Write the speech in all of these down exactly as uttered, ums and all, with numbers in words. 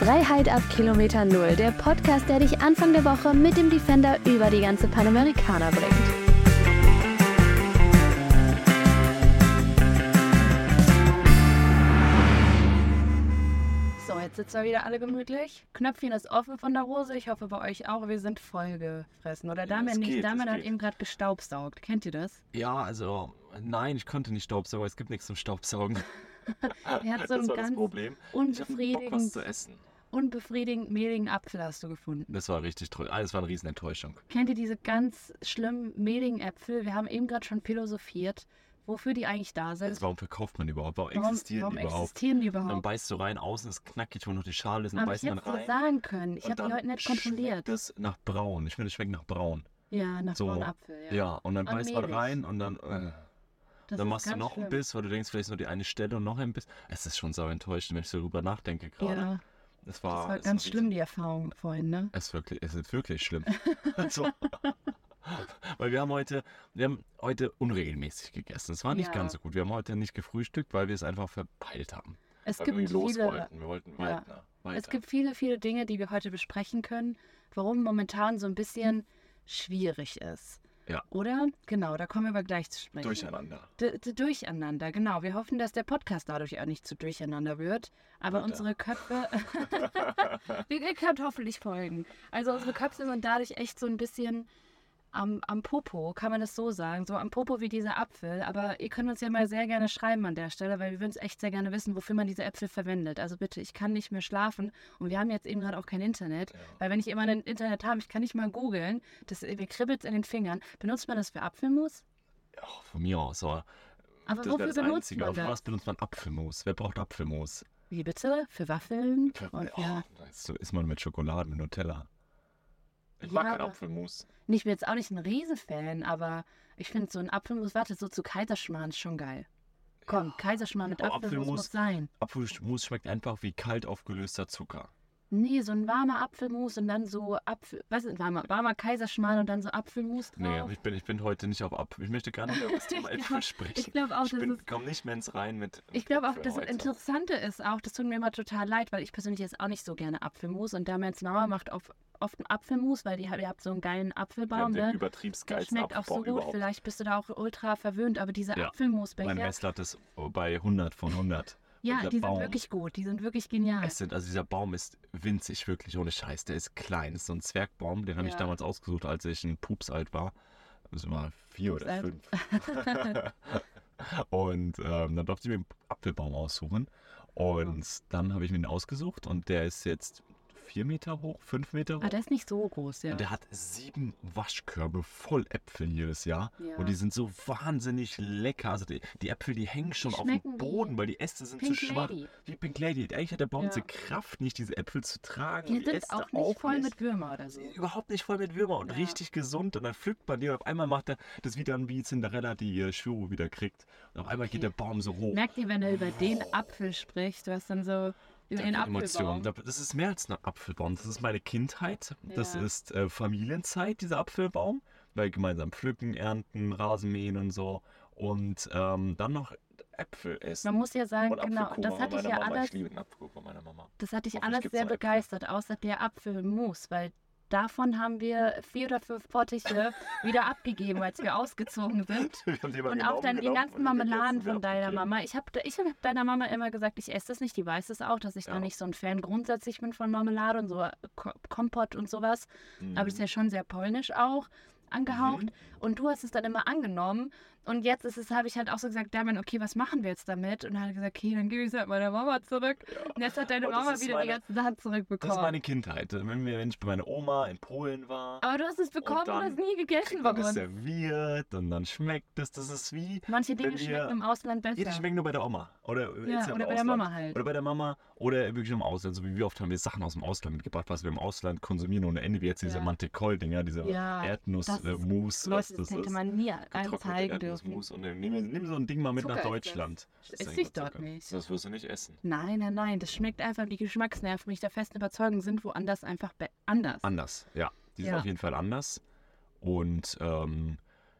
Freiheit ab Kilometer Null, der Podcast, der dich Anfang der Woche mit dem Defender über die ganze Panamericana bringt. So, jetzt sitzen wir wieder alle gemütlich. Knöpfchen ist offen von der Hose. Ich hoffe bei euch auch. Wir sind vollgefressen. Oder Damian ja, nicht. Damian hat geht. eben gerade gestaubsaugt. Kennt ihr das? Ja, also, nein, ich konnte nicht Staubsaugen. Es gibt nichts zum Staubsaugen. Er hat so einen das war das ganz Problem. Ich habe Bock, was unbefriedigend, zu essen. unbefriedigend mehligen Apfel hast du gefunden. Das war richtig toll. Ah, das war eine Riesenenttäuschung. Kennt ihr diese ganz schlimmen mehligen Äpfel? Wir haben eben gerade schon philosophiert, wofür die eigentlich da sind. Also, warum verkauft man die überhaupt? Warum, Warum, existieren warum die überhaupt? existieren die Und dann überhaupt? beißt du rein, außen ist knackig, wo noch die Schale ist, und dann Aber ich beißt man hätte es dir rein. sagen können. Ich und habe die dann heute nicht schmeckt kontrolliert. das nach braun. Ich finde, es schmeckt nach braun. Ja, nach So, braunen Apfel. Ja, Ja, und dann Und beißt man mehlig. rein und dann... Äh, Das dann ist machst du ganz noch schlimm. ein Biss, weil du denkst, vielleicht nur die eine Stelle und noch ein Biss. Es ist schon sau enttäuschend, wenn ich so drüber nachdenke gerade. Ja, Das war, das war es ganz war schlimm, die Erfahrung vorhin, ne? Es ist wirklich, es ist wirklich schlimm. Also, weil wir haben heute, wir haben heute unregelmäßig gegessen. Es war nicht Ja. ganz so gut. Wir haben heute nicht gefrühstückt, weil wir es einfach verpeilt haben. Es Weil gibt wir los viele, wollten. Wir wollten ja. weiter. weiter. es gibt viele, viele Dinge, die wir heute besprechen können, warum momentan so ein bisschen schwierig ist. Ja. Oder? Genau, da kommen wir aber gleich zu sprechen. Durcheinander. D d durcheinander, genau. Wir hoffen, dass der Podcast dadurch auch nicht zu durcheinander wird. Aber Alter. unsere Köpfe, ihr könnt hoffentlich folgen. Also unsere Köpfe sind dadurch echt so ein bisschen am, am Popo, kann man das so sagen. So am Popo wie dieser Apfel. Aber ihr könnt uns ja mal sehr gerne schreiben an der Stelle, weil wir würden es echt sehr gerne wissen, wofür man diese Äpfel verwendet. Also bitte, ich kann nicht mehr schlafen. Und wir haben jetzt eben gerade auch kein Internet. Ja. Weil wenn ich immer ein Internet habe, ich kann nicht mal googeln. Das, mir kribbelt es in den Fingern. Benutzt man das für Apfelmus? Ja, von mir aus. Aber Aber das wofür wäre das benutzt Einzige. man Auf das? was benutzt man Apfelmus? Wer braucht Apfelmus? Wie bitte? Für Waffeln? Für, Und oh, für, so isst man mit Schokolade, mit Nutella. Ich Ja, mag kein aber- Apfelmus. ich bin jetzt auch nicht ein Riese-Fan, aber ich finde so ein Apfelmus, warte, so zu Kaiserschmarrn ist schon geil. Komm, Ja. Kaiserschmarrn mit Aber Apfelmus Apfelmus- muss sein. Apfelmus schmeckt einfach wie kalt aufgelöster Zucker. Nee, so ein warmer Apfelmus und dann so Apfel, was ist warmer, warmer Kaiserschmarrn und dann so Apfelmus Nee, drauf. ich bin, ich bin heute nicht auf Apfel. Ich möchte gar nicht über das Thema Ich Äpfel glaub- sprechen. Ich glaube auch, Ich das bin, ist komm nicht mehr ins Rein mit. Ich glaube auch, Äpfeln das heute. Interessante ist auch, das tut mir immer total leid, weil ich persönlich esse auch nicht so gerne Apfelmus und Damians Mama macht auf, oft einen Apfelmus, weil die, ihr habt so einen geilen Wir Apfelbaum, haben den ne? übertriebs Der geilsten schmeckt auch so Apfelbaum gut, überhaupt. vielleicht bist du da auch ultra verwöhnt, aber diese Ja. Mein Apfelmusbecher, Messlatt ist bei hundert von hundert. ja, dieser die sind Baum. wirklich gut, die sind wirklich genial. Es sind, also dieser Baum ist winzig, wirklich ohne Scheiß. Der ist klein. Das ist so ein Zwergbaum, den habe ich Ja. damals ausgesucht, als ich ein Pups alt war. Also war vier Pups oder alt. fünf. Und ähm, dann durfte ich mir einen Apfelbaum aussuchen. Und dann habe ich mir den ausgesucht und der ist jetzt vier Meter hoch, fünf Meter hoch. Ah, der ist nicht so groß, ja. Und der hat sieben Waschkörbe voll Äpfel jedes Jahr. Ja. Und die sind so wahnsinnig lecker. Also die, die Äpfel, die hängen schon Die auf dem schmecken wie Boden, weil die Äste sind Pink zu schwach. Lady. Wie Pink Lady. Eigentlich hat der Baum Ja. diese Kraft nicht, diese Äpfel zu tragen. Die sind Äste auch nicht voll nicht. mit Würmer oder so. Überhaupt nicht voll mit Würmer und Ja. richtig gesund. Und dann pflückt man die und auf einmal macht er das wieder an, wie Cinderella, die ihr Churro wieder kriegt. Und auf einmal geht Okay. der Baum so hoch. Merkt ihr, wenn er über den Apfel spricht, du hast dann so über den Da kommt Emotion. Apfelbaum. Da- Das ist mehr als ein Apfelbaum. Das ist meine Kindheit. Das Ja. ist äh, Familienzeit, dieser Apfelbaum. Weil gemeinsam pflücken, ernten, Rasenmähen und so. Und ähm, dann noch Äpfel essen. Man muss ja sagen, Und genau, Apfelkuchen das von hatte ich meiner ja Mama. alles, Ich liebe den Apfelkuchen von meiner Mama. das hatte ich Hoffentlich alles gibt's sehr noch Äpfel. begeistert, außer der Apfelmus, weil davon haben wir vier oder fünf Pottiche wieder abgegeben, als wir ausgezogen sind. Wir haben die mal Und auch genommen, dann die genommen ganzen und Marmeladen gegessen, von wieder deiner abgegeben. Mama. Ich habe ich hab deiner Mama immer gesagt, ich esse das nicht. Die weiß es auch, dass ich da Ja. nicht so ein Fan grundsätzlich bin von Marmelade und so Ko- Kompott und sowas. Mhm. Aber das ist ja schon sehr polnisch auch angehaucht. Mhm. Und du hast es dann immer angenommen. Und jetzt ist es, habe ich halt auch so gesagt, Damian, okay, was machen wir jetzt damit? Und dann hat er gesagt, okay, dann gebe ich es halt meiner Mama zurück. Und jetzt hat deine Und das Mama ist wieder die meine- ganzen Sachen Das zurückbekommen. ist meine Kindheit. Wenn, wir, wenn ich bei meiner Oma in Polen war, Aber du hast es bekommen und, dann hast nie gegessen kriegt bei man das uns. serviert und dann schmeckt es. Das ist wie... Manche Dinge wenn wir- schmecken im Ausland besser. Ja, die schmecken nur bei der Oma. Oder, Ja, jetzt im oder bei der Ausland. Mama halt. Oder bei der Mama. Oder wirklich im Ausland. So wie wie oft haben wir Sachen aus dem Ausland mitgebracht, was wir im Ausland konsumieren ohne Ende. Wie jetzt diese Ja. Mantecolle-Dinger, diese Ja, das ist- Erdnuss-Mousse. Leute, das hätte man nie getrocknete anzeigen dürfen. Erdnussmus. Und dann nimm, nimm so ein Ding mal mit Zucker nach ist das. Deutschland. Das ist esse eigentlich ich dort Zucker. nicht. Das wirst du nicht essen. Nein, nein, nein, das schmeckt einfach, die Geschmacksnerven, bin ich der festen Überzeugung, sind woanders einfach be- anders. Anders, ja. Die sind Ja. auf jeden Fall anders. Und ähm, ja,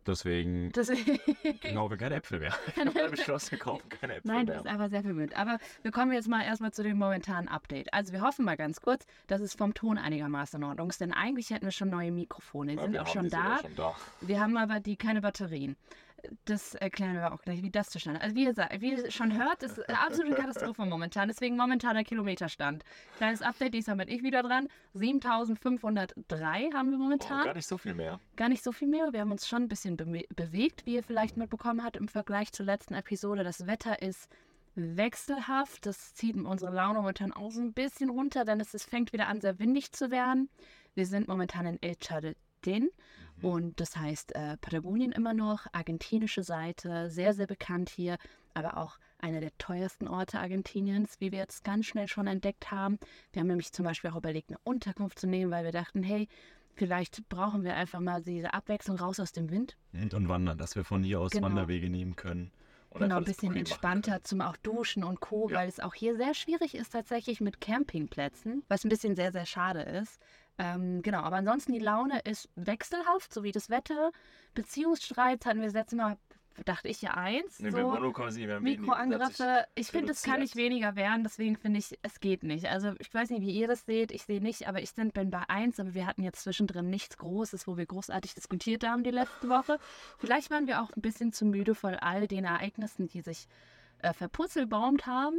Deswegen Deswegen. kaufen wir keine Äpfel mehr. Ich habe beschlossen, wir kaufen keine Äpfel Nein, mehr. das ist einfach sehr verwirrend. Aber wir kommen jetzt mal erstmal zu dem momentanen Update. Also wir hoffen mal ganz kurz, dass es vom Ton einigermaßen in Ordnung ist, denn eigentlich hätten wir schon neue Mikrofone. Die Ja, sind wir auch haben schon die sogar da. schon da. Wir haben aber die keine Batterien. Das erklären wir auch gleich, wie das zustande ist. Also wie ihr, sagt, wie ihr schon hört, ist eine absolute Katastrophe momentan. Deswegen momentaner Kilometerstand. Kleines Update, diesmal bin ich wieder dran. siebentausendfünfhundertdrei haben wir momentan. Oh, gar nicht so viel mehr. Gar nicht so viel mehr. Wir haben uns schon ein bisschen be bewegt, wie ihr vielleicht mitbekommen habt im Vergleich zur letzten Episode. Das Wetter ist wechselhaft. Das zieht unsere Laune momentan auch so ein bisschen runter, denn es ist, fängt wieder an, sehr windig zu werden. Wir sind momentan in El Chardin. Mhm. Und das heißt äh, Patagonien immer noch, argentinische Seite, sehr, sehr bekannt hier, aber auch einer der teuersten Orte Argentiniens, wie wir jetzt ganz schnell schon entdeckt haben. Wir haben nämlich zum Beispiel auch überlegt, eine Unterkunft zu nehmen, weil wir dachten, hey, vielleicht brauchen wir einfach mal diese Abwechslung raus aus dem Wind. Und, und wandern, dass wir von hier aus Genau. Wanderwege nehmen können. Und Genau, ein einfach das bisschen cool machen entspannter können. zum auch Duschen und Co., Ja. weil es auch hier sehr schwierig ist tatsächlich mit Campingplätzen, was ein bisschen sehr, sehr schade ist. Ähm, genau, aber ansonsten die Laune ist wechselhaft, so wie das Wetter. Beziehungsstreits hatten wir das letzte Mal, dachte ich ja eins, Nee, wir so wollen nur quasi, wir haben weniger- Mikroangriffe. Ich finde, es kann nicht reduziert. weniger werden, deswegen finde ich, es geht nicht. Also ich weiß nicht, wie ihr das seht, ich sehe nicht, aber ich sind, bin bei eins, aber wir hatten jetzt zwischendrin nichts Großes, wo wir großartig diskutiert haben die letzte Woche. Vielleicht waren wir auch ein bisschen zu müde von all den Ereignissen, die sich äh, verputzelbaumt haben.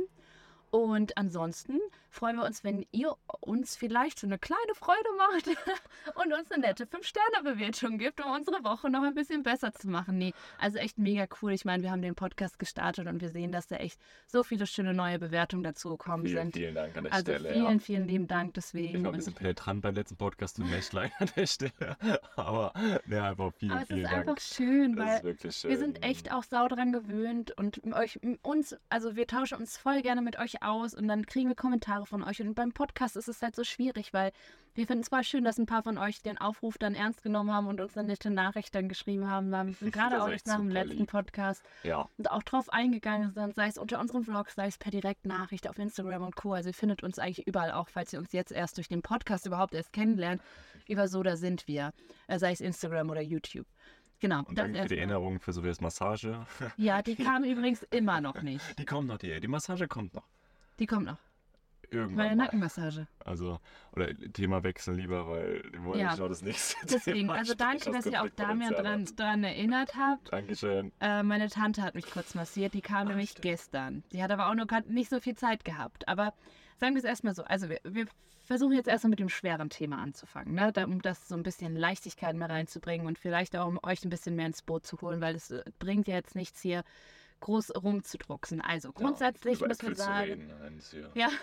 Und ansonsten freuen wir uns, wenn ihr uns vielleicht so eine kleine Freude macht und uns eine nette fünf Sterne Bewertung gibt, um unsere Woche noch ein bisschen besser zu machen. Nee, also echt mega cool. Ich meine, wir haben den Podcast gestartet und wir sehen, dass da echt so viele schöne neue Bewertungen dazu gekommen Vielen, sind. vielen Dank an der Also Stelle. vielen, ja. vielen lieben Dank deswegen. Ich war ein bisschen Und- penetrant beim letzten Podcast, tut mir echt leid an der Stelle. Aber ne, einfach vielen, Aber es vielen ist Dank. einfach schön, Das weil ist wirklich schön. wir sind echt auch sau dran gewöhnt und m- euch, m- uns, also wir tauschen uns voll gerne mit euch aus und dann kriegen wir Kommentare von euch. Und beim Podcast ist es halt so schwierig, weil wir finden es zwar schön, dass ein paar von euch den Aufruf dann ernst genommen haben und uns eine nette Nachricht dann geschrieben haben, weil wir gerade Das ist auch echt jetzt nach dem super letzten lieb. Podcast Ja, und auch drauf eingegangen sind, sei es unter unseren Vlogs, sei es per Direktnachricht auf Instagram und Co. Also ihr findet uns eigentlich überall, auch falls ihr uns jetzt erst durch den Podcast überhaupt erst kennenlernt, über so, da sind wir, äh, sei es Instagram oder YouTube. Genau. und das danke für die erstmal. Erinnerung für so wie das Massage. Ja, die kam übrigens immer noch nicht. Die kommt noch, die, die Massage kommt noch. Die kommt noch. Irgendwann Meine mal. Nackenmassage. Also, oder Thema wechseln lieber, weil wir wollen Ja. nicht noch das nächste Deswegen, Thema also danke, ansprechen, dass ihr auch das da mir dran, Konfliktpotenzial dran erinnert habt. hat. Dankeschön. Äh, meine Tante hat mich kurz massiert, die kam Ach, nämlich stimmt. gestern. Die hat aber auch noch grad nicht so viel Zeit gehabt. Aber sagen wir es erstmal so, also wir, wir versuchen jetzt erstmal mit dem schweren Thema anzufangen, ne? Da, um das so ein bisschen Leichtigkeit mehr reinzubringen und vielleicht auch um euch ein bisschen mehr ins Boot zu holen, weil es äh, bringt ja jetzt nichts hier groß rumzudrucksen. Also grundsätzlich ja, über müssen wir Äpfel zu sagen, reden, nein, ist hier- ja,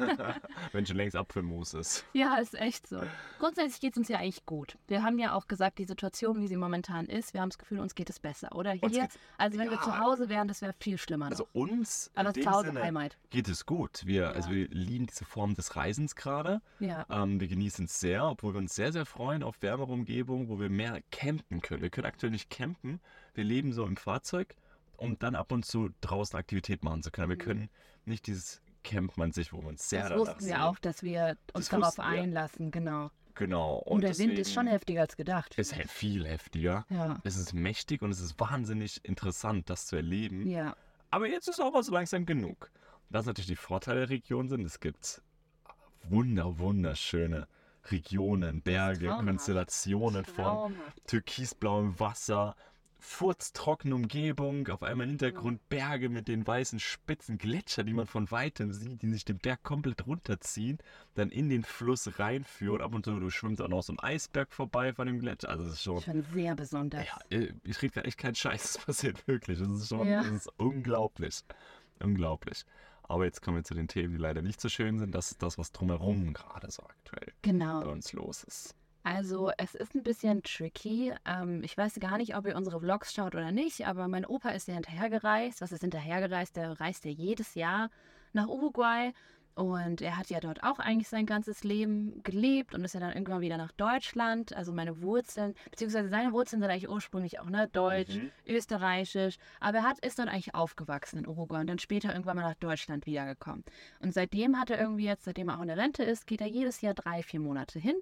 wenn schon längst Apfelmus ist. ja, ist echt so. Grundsätzlich geht es uns ja eigentlich gut. Wir haben ja auch gesagt, die Situation, wie sie momentan ist, wir haben das Gefühl, uns geht es besser, oder? Uns Hier, geht's- also wenn wir ja. zu Hause wären, das wäre viel schlimmer noch. Also uns Aber in das dem zu Hause Sinne Heimat. geht es gut. Wir, also wir lieben diese Form des Reisens gerade. Ja. Ähm, wir genießen es sehr, obwohl wir uns sehr, sehr freuen auf wärmere Umgebung, wo wir mehr campen können. Wir können aktuell nicht campen. Wir leben so im Fahrzeug, um dann ab und zu draußen Aktivität machen zu können. Wir Mhm. können nicht dieses Campen an sich, wo wir uns sehr Das danach wussten sehen. wir auch, dass wir uns Das darauf wussten wir. einlassen, genau. Genau. Und, der Wind ist schon deswegen heftiger als gedacht. ist halt viel heftiger. Ja. Es ist mächtig und es ist wahnsinnig interessant, das zu erleben. Ja. Aber jetzt ist auch mal so langsam genug. Das natürlich die Vorteile der Region sind. Es gibt wunder, wunderschöne Regionen, Berge, traumhaft. Konstellationen von Traumhaft. türkisblauem Wasser, furztrockene Umgebung, auf einmal im Hintergrund Berge mit den weißen Spitzen, Gletscher, die man von Weitem sieht, die sich den Berg komplett runterziehen, dann in den Fluss reinführen. Ab und zu du schwimmst auch noch so ein Eisberg vorbei von dem Gletscher. Also das ist schon... Schon sehr besonders. Ja, äh, ich rede gar echt keinen Scheiß, das passiert wirklich. Das ist schon, Ja. das ist unglaublich. Unglaublich. Aber jetzt kommen wir zu den Themen, die leider nicht so schön sind. Das ist das, was drumherum gerade so aktuell bei Genau. uns los ist. Also es ist ein bisschen tricky. Ähm, ich weiß gar nicht, ob ihr unsere Vlogs schaut oder nicht, aber mein Opa ist ja hinterhergereist. Was ist hinterhergereist? Der reist ja jedes Jahr nach Uruguay. Und er hat ja dort auch eigentlich sein ganzes Leben gelebt und ist ja dann irgendwann wieder nach Deutschland. Also meine Wurzeln, beziehungsweise seine Wurzeln sind eigentlich ursprünglich auch ne, deutsch, Mhm. österreichisch. Aber er hat, ist dort eigentlich aufgewachsen in Uruguay und dann später irgendwann mal nach Deutschland wiedergekommen. Und seitdem hat er irgendwie jetzt, seitdem er auch in der Rente ist, geht er jedes Jahr drei, vier Monate hin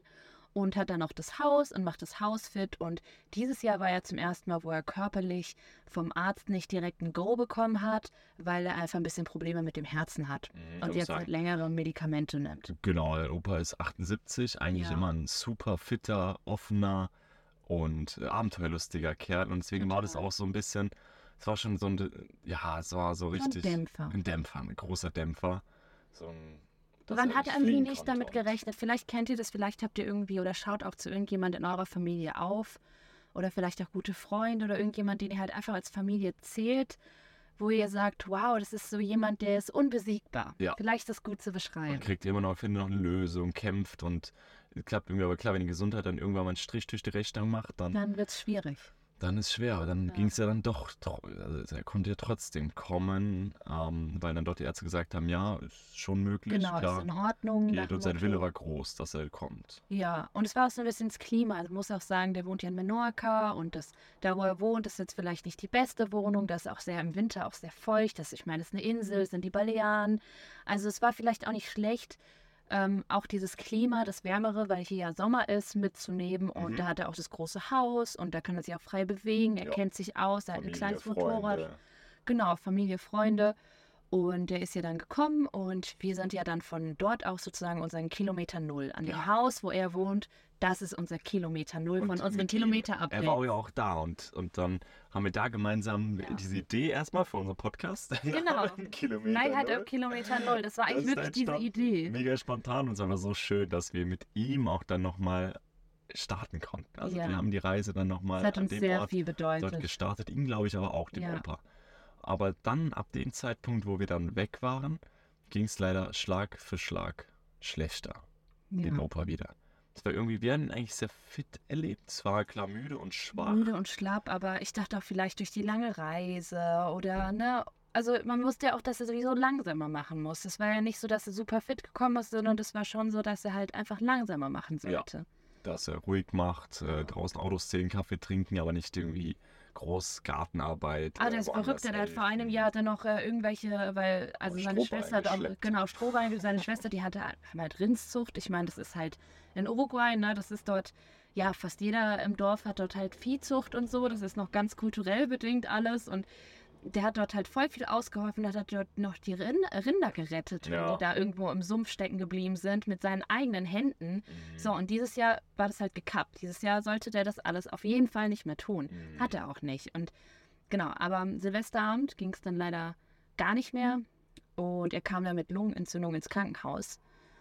und hat dann noch das Haus und macht das Haus fit. Und dieses Jahr war er zum ersten Mal, wo er körperlich vom Arzt nicht direkt ein Go bekommen hat, weil er einfach ein bisschen Probleme mit dem Herzen hat Mhm, und muss jetzt sagen. halt längere Medikamente nimmt. Genau, der Opa ist achtundsiebzig, eigentlich Ja. immer ein super fitter, offener und äh, abenteuerlustiger Kerl. Und deswegen war das Total. auch so ein bisschen, es war schon so ein, ja, es war so So ein richtig Dämpfer. ein Dämpfer, ein großer Dämpfer. So ein, dass Man er hat nicht irgendwie fliehen nicht konnte damit und- gerechnet. Vielleicht kennt ihr das, vielleicht habt ihr irgendwie oder schaut auch zu irgendjemand in eurer Familie auf oder vielleicht auch gute Freunde oder irgendjemand, den ihr halt einfach als Familie zählt, wo ihr sagt, wow, das ist so jemand, der ist unbesiegbar. Ja. Vielleicht ist das gut zu Man beschreiben. kriegt immer noch, findet noch eine Lösung, kämpft und es klappt irgendwie. Aber klar, wenn die Gesundheit dann irgendwann mal einen Strich durch die Rechnung macht, dann, Dann wird es schwierig. dann ist es schwer. Aber dann Ja. ging es ja dann doch, tro- also er konnte ja trotzdem kommen, ähm, weil dann dort die Ärzte gesagt haben, ja, ist schon möglich, Genau, klar, ist in Ordnung. nach geht. dem Und sein Motto. Wille war groß, dass er kommt. Ja, und es war auch so ein bisschen das Klima. Also muss auch sagen, der wohnt ja in Menorca und das, da wo er wohnt, ist jetzt vielleicht nicht die beste Wohnung. Das ist auch sehr im Winter auch sehr feucht. Das, ich meine, das ist eine Insel, es sind die Balearen. Also es war vielleicht auch nicht schlecht, ähm, auch dieses Klima, das Wärmere, weil hier ja Sommer ist, mitzunehmen. Und Mhm. da hat er auch das große Haus und da kann er sich auch frei bewegen. Er Ja. kennt sich aus, er hat ein Familie, kleines Motorrad. Freunde. Genau, Familie, Freunde. Und der ist ja dann gekommen und wir sind ja dann von dort auch sozusagen unseren Kilometer Null. An dem Ja. Haus, wo er wohnt, das ist unser Kilometer Null von Und unseren mit ihm. Kilometer-Updates. Er war ja auch da und, und dann haben wir da gemeinsam Ja. diese Idee erstmal für unseren Podcast. Genau. Kilometer Nein, halt Null. auf Kilometer Null. Das war Das eigentlich ist wirklich diese entstanden. Idee. Mega spontan und es war aber so schön, dass wir mit ihm auch dann nochmal starten konnten. Also Ja. wir haben die Reise dann nochmal Das hat an uns dem sehr Ort viel dort bedeutet. gestartet. Ihn glaube ich aber auch, dem Ja. Opa. Aber dann, ab dem Zeitpunkt, wo wir dann weg waren, ging es leider Schlag für Schlag schlechter. Den Ja. Opa wieder. Es war irgendwie, wir haben ihn eigentlich sehr fit erlebt. Es war klar müde und schwach. Müde und schlapp, aber ich dachte auch vielleicht durch die lange Reise oder, ne, also man wusste ja auch, dass er sowieso langsamer machen muss. Es war ja nicht so, dass er super fit gekommen ist, sondern das war schon so, dass er halt einfach langsamer machen Ja. sollte. Dass er ruhig macht, äh, draußen Autos zählen, Kaffee trinken, aber nicht irgendwie groß Gartenarbeit. Ah, äh, der ist woanders verrückt, der hat vor einem helfen. Jahr hat er noch äh, irgendwelche, weil, also Oh, seine Strohballen Schwester hat auch, geschleppt. genau, Strohbein, seine Schwester, die hatte haben halt Rindszucht. Ich meine, das ist halt in Uruguay, ne, das ist dort, ja, fast jeder im Dorf hat dort halt Viehzucht und so, das ist noch ganz kulturell bedingt alles und der hat dort halt voll viel ausgeholfen, der hat dort noch die Rin Rinder gerettet, wenn Ja. die da irgendwo im Sumpf stecken geblieben sind, mit seinen eigenen Händen. Mhm. So, und dieses Jahr war das halt gekappt. Dieses Jahr sollte der das alles auf jeden Fall nicht mehr tun. Mhm. Hat er auch nicht. Und genau, aber am Silvesterabend ging es dann leider gar nicht mehr. Und er kam dann mit Lungenentzündung ins Krankenhaus.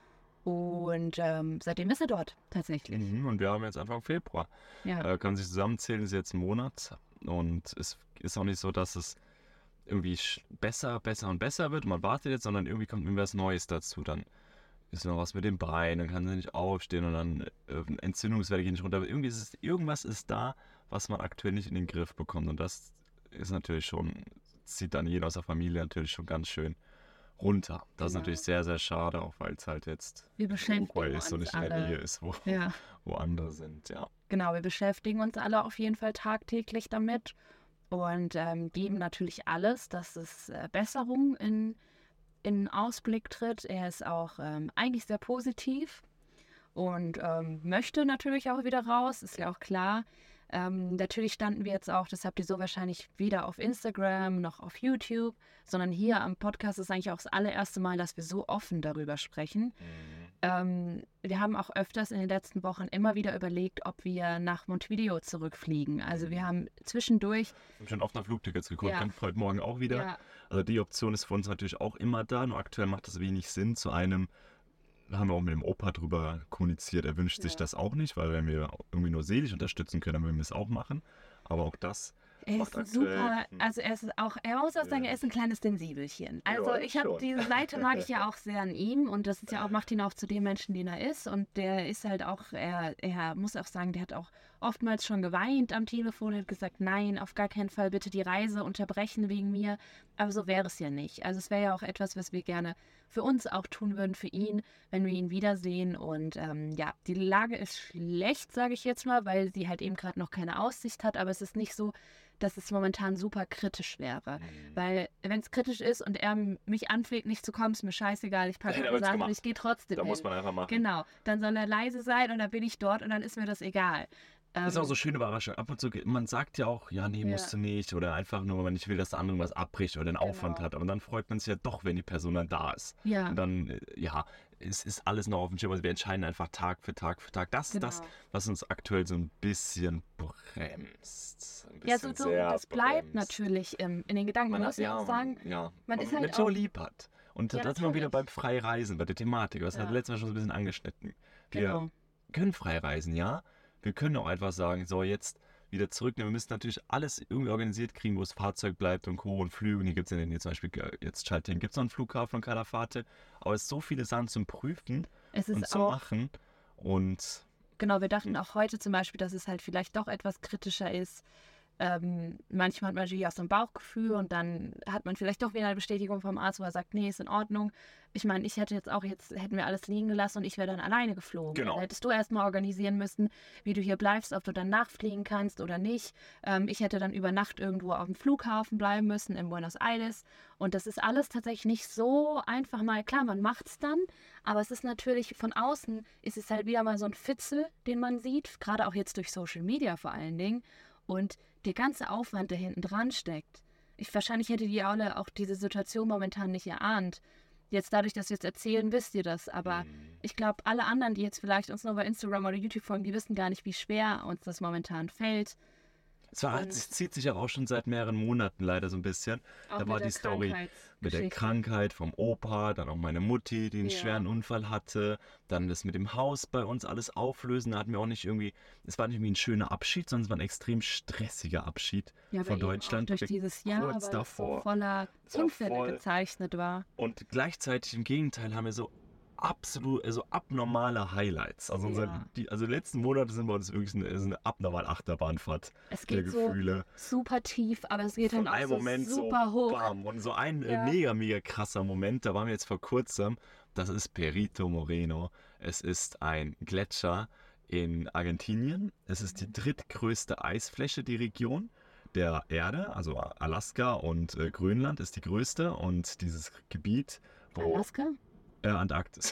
Und ähm, seitdem ist er dort, tatsächlich. Mhm. Und wir haben jetzt Anfang Februar. Ja, Äh, kann sich zusammenzählen, ist jetzt ein Monat. Und es ist auch nicht so, dass es irgendwie sch- besser, besser und besser wird. Und man wartet jetzt, sondern irgendwie kommt irgendwas Neues dazu. Dann ist noch was mit dem Bein, dann kann sie nicht aufstehen und dann äh, Entzündungswerte gehen nicht runter. Aber irgendwie ist es, irgendwas ist da, was man aktuell nicht in den Griff bekommt. Und das ist natürlich schon, zieht dann jeden aus der Familie natürlich schon ganz schön runter. Das ist Genau. natürlich sehr, sehr schade, auch weil es halt jetzt wir in beschäftigen Uruguay ist und uns nicht in der alle. Nähe ist, wo, Ja, wo andere sind. Ja. genau, wir beschäftigen uns alle auf jeden Fall tagtäglich damit und ähm, geben natürlich alles, dass es äh, Besserung in, in Ausblick tritt. Er ist auch ähm, eigentlich sehr positiv und ähm, möchte natürlich auch wieder raus, ist ja auch klar. Ähm, natürlich standen wir jetzt auch, das habt ihr so wahrscheinlich weder auf Instagram noch auf YouTube, sondern hier am Podcast ist eigentlich auch das allererste Mal, dass wir so offen darüber sprechen. Ähm, wir haben auch öfters in den letzten Wochen immer wieder überlegt, ob wir nach Montevideo zurückfliegen. Also wir haben zwischendurch, Ich habe schon oft nach Flugtickets geguckt, Ja. kommt heute Morgen auch wieder. ja, Also die Option ist für uns natürlich auch immer da, nur aktuell macht das wenig Sinn. Zu einem, da haben wir auch mit dem Opa drüber kommuniziert, er wünscht sich Ja. das auch nicht, weil wenn wir irgendwie nur seelisch unterstützen können, dann würden wir es auch machen. Aber auch das er macht ist ein aktuell- super, hm. also er ist auch, er muss auch sagen, Ja. er ist ein kleines Sensibelchen. Also Ja, ich habe schon. diese Seite mag ich ja auch sehr an ihm und das ist ja auch, macht ihn auch zu dem Menschen, den er ist und der ist halt auch, er, er muss auch sagen, der hat auch oftmals schon geweint am Telefon, hat gesagt, nein, auf gar keinen Fall bitte die Reise unterbrechen wegen mir. Aber so wäre es ja nicht. Also es wäre ja auch etwas, was wir gerne für uns auch tun würden, für ihn, wenn wir ihn wiedersehen. Und ähm, ja, die Lage ist schlecht, sage ich jetzt mal, weil sie halt eben gerade noch keine Aussicht hat. Aber es ist nicht so, dass es momentan super kritisch wäre. Mhm. Weil wenn es kritisch ist und er mich anfleht, nicht zu kommen, ist mir scheißegal, ich packe meine Sachen und ich gehe trotzdem Da hin. muss man einfach machen. Genau, dann soll er leise sein und dann bin ich dort und dann ist mir das egal. Das ist auch so eine schöne Überraschung. Ab und zu, man sagt ja auch, ja, nee, Ja. musst du nicht. Oder einfach nur, wenn man nicht will, dass der andere was abbricht oder den Genau. Aufwand hat. Aber dann freut man sich ja doch, wenn die Person dann da ist. Ja. Und dann, äh, ja, es ist alles noch auf dem Schirm. Also wir entscheiden einfach Tag für Tag für Tag. Das ist Genau. das, was uns aktuell so ein bisschen bremst. Ein bisschen Ja, so, so sehr das bleibt bremst. natürlich ähm, in den Gedanken. Man, Man muss hat, ja auch sagen, ja, man ist halt Natur auch- lieb hat. Und Ja, da sind wir wieder natürlich. beim Freireisen, bei der Thematik. Das Ja. hat letztes Mal schon so ein bisschen angeschnitten. Wir genau. können frei reisen, ja. Wir können auch einfach sagen, so jetzt wieder zurück. Wir müssen natürlich alles irgendwie organisiert kriegen, wo das Fahrzeug bleibt und Co. und Flüge. Und hier gibt es ja den, zum Beispiel, äh, jetzt Schaltingen gibt es noch einen Flughafen von Calafate. Aber es sind so viele Sachen zum Prüfen Es und ist zu auch, machen. Und genau, wir dachten auch heute zum Beispiel, dass es halt vielleicht doch etwas kritischer ist. Ähm, manchmal hat man natürlich auch so ein Bauchgefühl und dann hat man vielleicht doch wieder eine Bestätigung vom Arzt, wo er sagt, nee, ist in Ordnung. Ich meine, ich hätte jetzt auch, jetzt hätten wir alles liegen gelassen und ich wäre dann alleine geflogen. Genau. Dann hättest du erstmal organisieren müssen, wie du hier bleibst, ob du dann nachfliegen kannst oder nicht. Ähm, ich hätte dann über Nacht irgendwo auf dem Flughafen bleiben müssen in Buenos Aires. Und das ist alles tatsächlich nicht so einfach mal. Klar, man macht es dann, aber es ist natürlich von außen, ist es halt wieder mal so ein Fitzel, den man sieht, gerade auch jetzt durch Social Media vor allen Dingen. Und der ganze Aufwand, der hinten dran steckt. Ich, wahrscheinlich hätte die alle auch diese Situation momentan nicht erahnt. Jetzt dadurch, dass wir es erzählen, wisst ihr das. Aber ich glaube, alle anderen, die jetzt vielleicht uns nur bei Instagram oder YouTube folgen, die wissen gar nicht, wie schwer uns das momentan fällt. es, war, Und- es zieht sich ja auch schon seit mehreren Monaten leider so ein bisschen. Auch Da war mit der die Story mit der Krankheitsgeschichte. Krankheit vom Opa, dann auch meine Mutti, die einen Ja. schweren Unfall hatte, dann das mit dem Haus bei uns alles auflösen. Da hatten wir auch nicht irgendwie, es war nicht irgendwie ein schöner Abschied, sondern es war ein extrem stressiger Abschied Ja, von aber eben Deutschland. auch durch dieses Jahr, kurz weil davor. es so voller Es war Unfälle voll- gezeichnet war. Und gleichzeitig im Gegenteil haben wir so absolut, also abnormale Highlights. Also, unser, Ja. die, also die letzten Monate sind bei uns wirklich eine, ist eine abnormale Achterbahnfahrt Es der geht so Gefühle. super tief, aber es geht Von dann auch einem so Moment super so hoch. bam. Und so ein äh, Ja. mega, mega krasser Moment, da waren wir jetzt vor kurzem, das ist Perito Moreno. Es ist ein Gletscher in Argentinien. Es ist die drittgrößte Eisfläche, die Region der Erde. Also Alaska und äh, Grönland ist die größte. Und dieses Gebiet, wo Alaska? äh, Antarktis.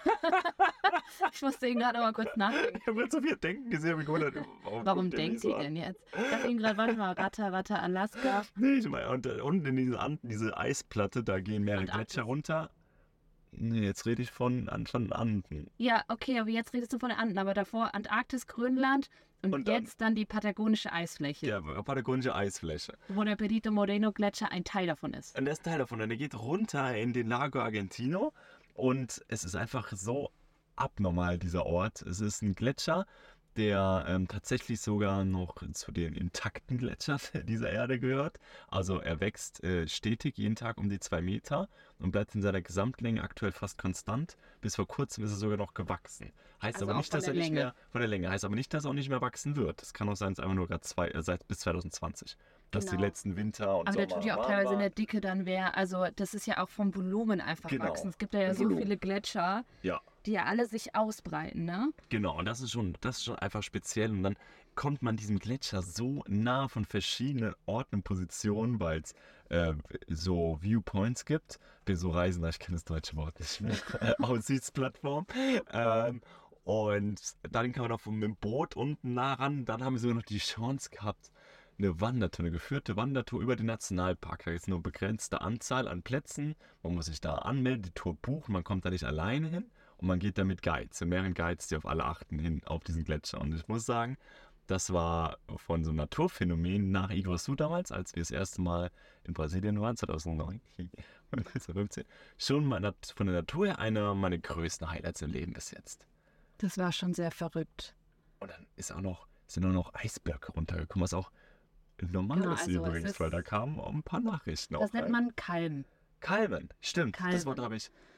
Ich musste eben gerade noch mal kurz nachdenken. Ich habe so viel denken gesehen, wie gewundert. Warum denkt ihr denn jetzt? Ich dachte eben gerade, warte mal, Ratter, Ratter, Alaska. Nee, ich meine, und äh, unten in diese, Anden, diese Eisplatte, da gehen mehrere Antarktis. Gletscher runter. Nee, jetzt rede ich von, an- von Anden. Ja, okay, aber jetzt redest du von den Anden, aber davor Antarktis, Grönland und, Und dann- jetzt dann die patagonische Eisfläche, Ja, patagonische Eisfläche. wo der Perito Moreno Gletscher ein Teil davon ist. Und der ist Teil davon. Und der geht runter in den Lago Argentino. Und es ist einfach so abnormal, dieser Ort. Es ist ein Gletscher, der ähm, tatsächlich sogar noch zu den intakten Gletschern dieser Erde gehört. Also er wächst äh, stetig jeden Tag um die zwei Meter und bleibt in seiner Gesamtlänge aktuell fast konstant. Bis vor kurzem ist er sogar noch gewachsen. Heißt Also aber auch nicht, von dass er der nicht Länge. mehr von der Länge heißt aber nicht, dass er auch nicht mehr wachsen wird. Es kann auch sein, es ist einfach nur gerade zwei, äh, seit bis zwanzig zwanzig. Dass die Genau. letzten Winter und Aber der Sommer tut ja auch warm teilweise in waren. der Dicke dann wer. Also das ist ja auch vom Volumen einfach Genau, wachsen. Es gibt ja, ja im so Volumen. viele Gletscher, Ja. die ja alle sich ausbreiten, ne? Genau, und das ist schon, das ist schon einfach speziell. Und dann kommt man diesem Gletscher so nah von verschiedenen Orten und Positionen, weil es äh, so Viewpoints gibt. Bin so Reisender, ich kenne das deutsche Wort nicht mehr. Äh, Aussichtsplattform. Ähm, und dann kann man auch mit dem Boot unten nah ran. Dann haben wir sogar noch die Chance gehabt, eine Wandertour, eine geführte Wandertour über den Nationalpark. Da gibt es nur eine begrenzte Anzahl an Plätzen. Man muss sich da anmelden, die Tour buchen. Man kommt da nicht alleine hin. Und man geht da mit Guides, mit mehreren Guides, die auf alle achten, hin auf diesen Gletscher. Und ich muss sagen, das war von so einem Naturphänomen nach Iguazu damals, als wir das erste Mal in Brasilien waren, zweitausendneun, zweitausendfünfzehn, schon mal von der Natur her einer meiner größten Highlights im Leben bis jetzt. Das war schon sehr verrückt. Und dann ist auch noch, sind auch noch Eisblöcke runtergekommen, was auch normal Genau, ist also es übrigens, ist- weil da kamen auch ein paar Nachrichten Das auf nennt rein. man Kalm. Kalmen, stimmt, das Kalmen. Wort habe ich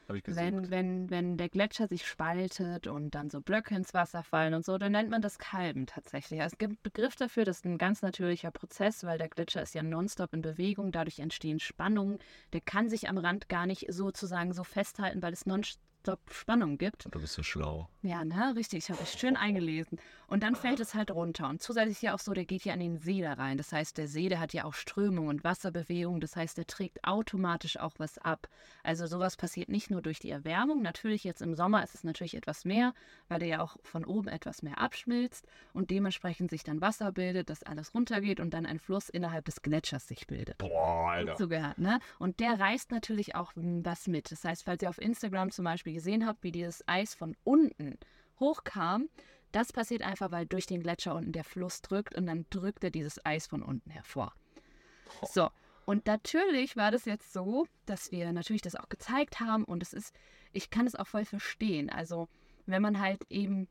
Habe ich gesucht. Wenn, wenn, wenn der Gletscher sich spaltet und dann so Blöcke ins Wasser fallen und so, dann nennt man das Kalben tatsächlich. Also es gibt einen Begriff dafür, das ist ein ganz natürlicher Prozess, weil der Gletscher ist ja nonstop in Bewegung, dadurch entstehen Spannungen. Der kann sich am Rand gar nicht sozusagen so festhalten, weil es nonstop Spannung gibt. Du bist so schlau. Ja, ne, richtig, ich habe es schön eingelesen. Und dann fällt es halt runter. Und zusätzlich ist ja auch so, der geht ja an den See da rein. Das heißt, der See, der hat ja auch Strömung und Wasserbewegung. Das heißt, der trägt automatisch auch was ab. Also sowas passiert nicht nur durch die Erwärmung. Natürlich jetzt im Sommer ist es natürlich etwas mehr, weil der ja auch von oben etwas mehr abschmilzt und dementsprechend sich dann Wasser bildet, das alles runtergeht und dann ein Fluss innerhalb des Gletschers sich bildet. Boah, Alter. So gehört, ne? Und der reißt natürlich auch was mit. Das heißt, falls ihr auf Instagram zum Beispiel gesehen habt, wie dieses Eis von unten hochkam, das passiert einfach, weil durch den Gletscher unten der Fluss drückt und dann drückt er dieses Eis von unten hervor. So, und natürlich war das jetzt so, dass wir natürlich das auch gezeigt haben und es ist, ich kann es auch voll verstehen. Also, wenn man halt eben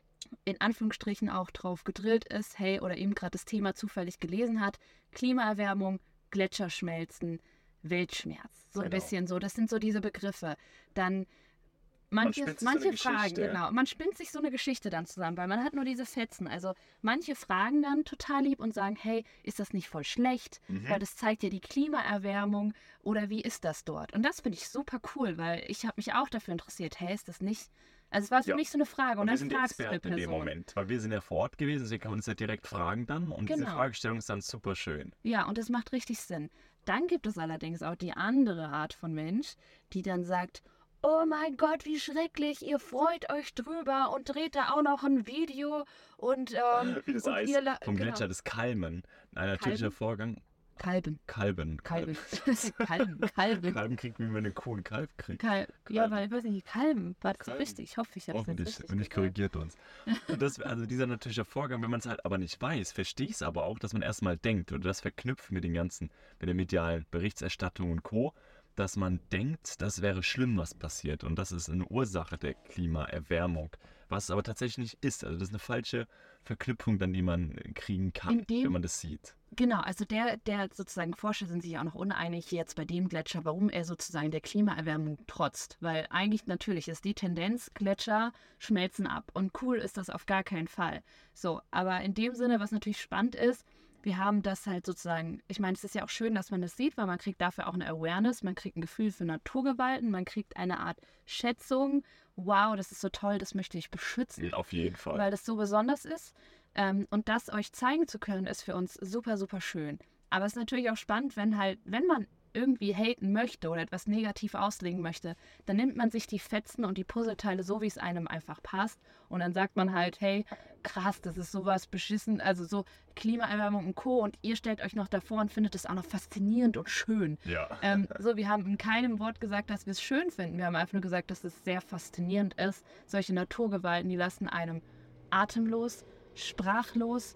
in Anführungsstrichen auch drauf gedrillt ist, hey, oder eben gerade das Thema zufällig gelesen hat, Klimaerwärmung, Gletscherschmelzen, Weltschmerz. So ein Genau. bisschen so, das sind so diese Begriffe. Dann manche, spinnt sich so manche eine Fragen, Geschichte. genau, man spinnt sich so eine Geschichte dann zusammen, weil man hat nur diese Fetzen. Also manche fragen dann total lieb und sagen, hey, ist das nicht voll schlecht? Mhm. Weil das zeigt ja die Klimaerwärmung oder wie ist das dort? Und das finde ich super cool, weil ich habe mich auch dafür interessiert, hey, ist das nicht... Also es war für Ja. mich so eine Frage und, Und wir dann sind die fragst du eine Experten in dem Person. Moment, weil wir sind ja vor Ort gewesen, deswegen kann man uns ja direkt fragen dann und diese Genau. Fragestellung ist dann super schön. Ja, und das macht richtig Sinn. Dann gibt es allerdings auch die andere Art von Mensch, die dann sagt, oh mein Gott, wie schrecklich, ihr freut euch drüber und dreht da auch noch ein Video und, ähm, Wie das und Eis ihr la- vom genau. Gletscher des Kalmen. Ein natürlicher Kalben? Vorgang. Kalben, Kalben. Kalben, Kalben, Kalben. Kalben kriegt, wie man eine Kuh einen Kalb kriegt. Kalb. Ja, weil ich weiß nicht, Kalben, war das so Kalben. richtig? Ich hoffe, ich habe es jetzt Hoffentlich. richtig Und nicht gesagt. korrigiert uns. Und das, also dieser natürliche Vorgang, wenn man es halt aber nicht weiß, verstehe ich es aber auch, dass man erstmal denkt oder das verknüpft mit den ganzen, mit der medialen Berichterstattung und Co., dass man denkt, das wäre schlimm, was passiert. Und das ist eine Ursache der Klimaerwärmung. Was es aber tatsächlich nicht ist. Also das ist eine falsche Verknüpfung dann, die man kriegen kann, In dem- wenn man das sieht. Genau, also der, der sozusagen Forscher sind sich auch noch uneinig jetzt bei dem Gletscher, warum er sozusagen der Klimaerwärmung trotzt. Weil eigentlich natürlich ist die Tendenz, Gletscher schmelzen ab. Und cool ist das auf gar keinen Fall. So, aber in dem Sinne, was natürlich spannend ist, wir haben das halt sozusagen, ich meine, es ist ja auch schön, dass man das sieht, weil man kriegt dafür auch eine Awareness, man kriegt ein Gefühl für Naturgewalten, man kriegt eine Art Schätzung. Wow, das ist so toll, das möchte ich beschützen, Auf jeden Fall. weil das so besonders ist. Ähm, und das euch zeigen zu können, ist für uns super, super schön. Aber es ist natürlich auch spannend, wenn halt, wenn man irgendwie haten möchte oder etwas negativ auslegen möchte, dann nimmt man sich die Fetzen und die Puzzleteile so, wie es einem einfach passt. Und dann sagt man halt, hey, krass, das ist sowas beschissen, also so Klimaerwärmung und Co. Und ihr stellt euch noch davor und findet es auch noch faszinierend und schön. Ja. Ähm, so, wir haben in keinem Wort gesagt, dass wir es schön finden. Wir haben einfach nur gesagt, dass es sehr faszinierend ist. Solche Naturgewalten, die lassen einem atemlos, sprachlos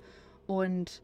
und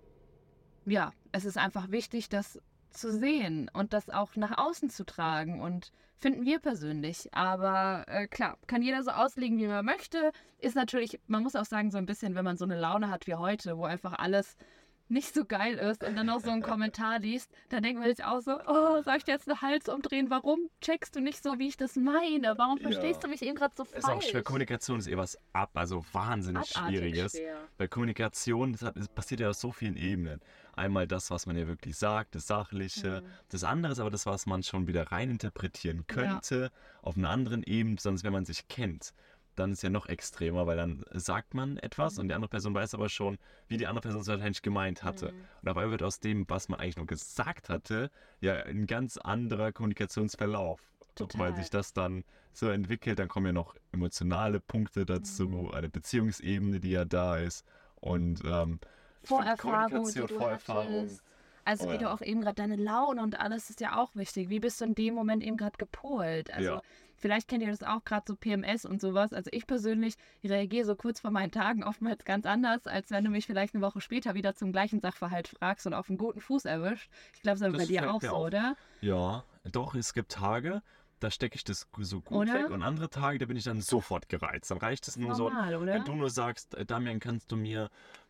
ja, es ist einfach wichtig, das zu sehen und das auch nach außen zu tragen und finden wir persönlich. Aber äh, klar, kann jeder so auslegen, wie man möchte. Ist natürlich, man muss auch sagen, so ein bisschen, wenn man so eine Laune hat wie heute, wo einfach alles nicht so geil ist und dann noch so einen Kommentar liest, dann denkt man sich auch so, oh, soll ich dir jetzt den Hals umdrehen? Warum checkst du nicht so, wie ich das meine? Warum verstehst Ja. du mich eben gerade so falsch? Ist auch schwer. Kommunikation ist eh was ab, also wahnsinnig Abartig Schwieriges. schwer. Weil Kommunikation, das, hat, das passiert ja auf so vielen Ebenen. Einmal das, was man ja wirklich sagt, das Sachliche. Mhm. Das andere ist aber das, was man schon wieder reininterpretieren könnte, auf einer anderen Ebene, sonst wenn man sich kennt. Dann ist es ja noch extremer, weil dann sagt man etwas und die andere Person weiß aber schon, wie die andere Person es wahrscheinlich gemeint hatte. Mhm. Und dabei wird aus dem, was man eigentlich nur gesagt hatte, ja ein ganz anderer Kommunikationsverlauf. Total. Weil sich das dann so entwickelt, dann kommen ja noch emotionale Punkte dazu, Mhm. eine Beziehungsebene, die ja da ist. Und ähm, ich find Vorerfahrung, die Kommunikation, du Vorerfahrung. hattest. Also Oh wie ja. du auch eben gerade deine Laune und alles ist ja auch wichtig. Wie bist du in dem Moment eben gerade gepolt? Also Ja. vielleicht kennt ihr das auch gerade so P M S und sowas. Also ich persönlich reagiere so kurz vor meinen Tagen oftmals ganz anders, als wenn du mich vielleicht eine Woche später wieder zum gleichen Sachverhalt fragst und auf einen guten Fuß erwischt. Ich glaube, das ist Das bei dir fällt auch mir so, auf. oder? Ja, doch, es gibt Tage, da stecke ich das so gut Oder? weg und andere Tage, da bin ich dann sofort gereizt. Dann reicht es nur so, Normal, oder? wenn du nur sagst, äh, Damian, kannst du mir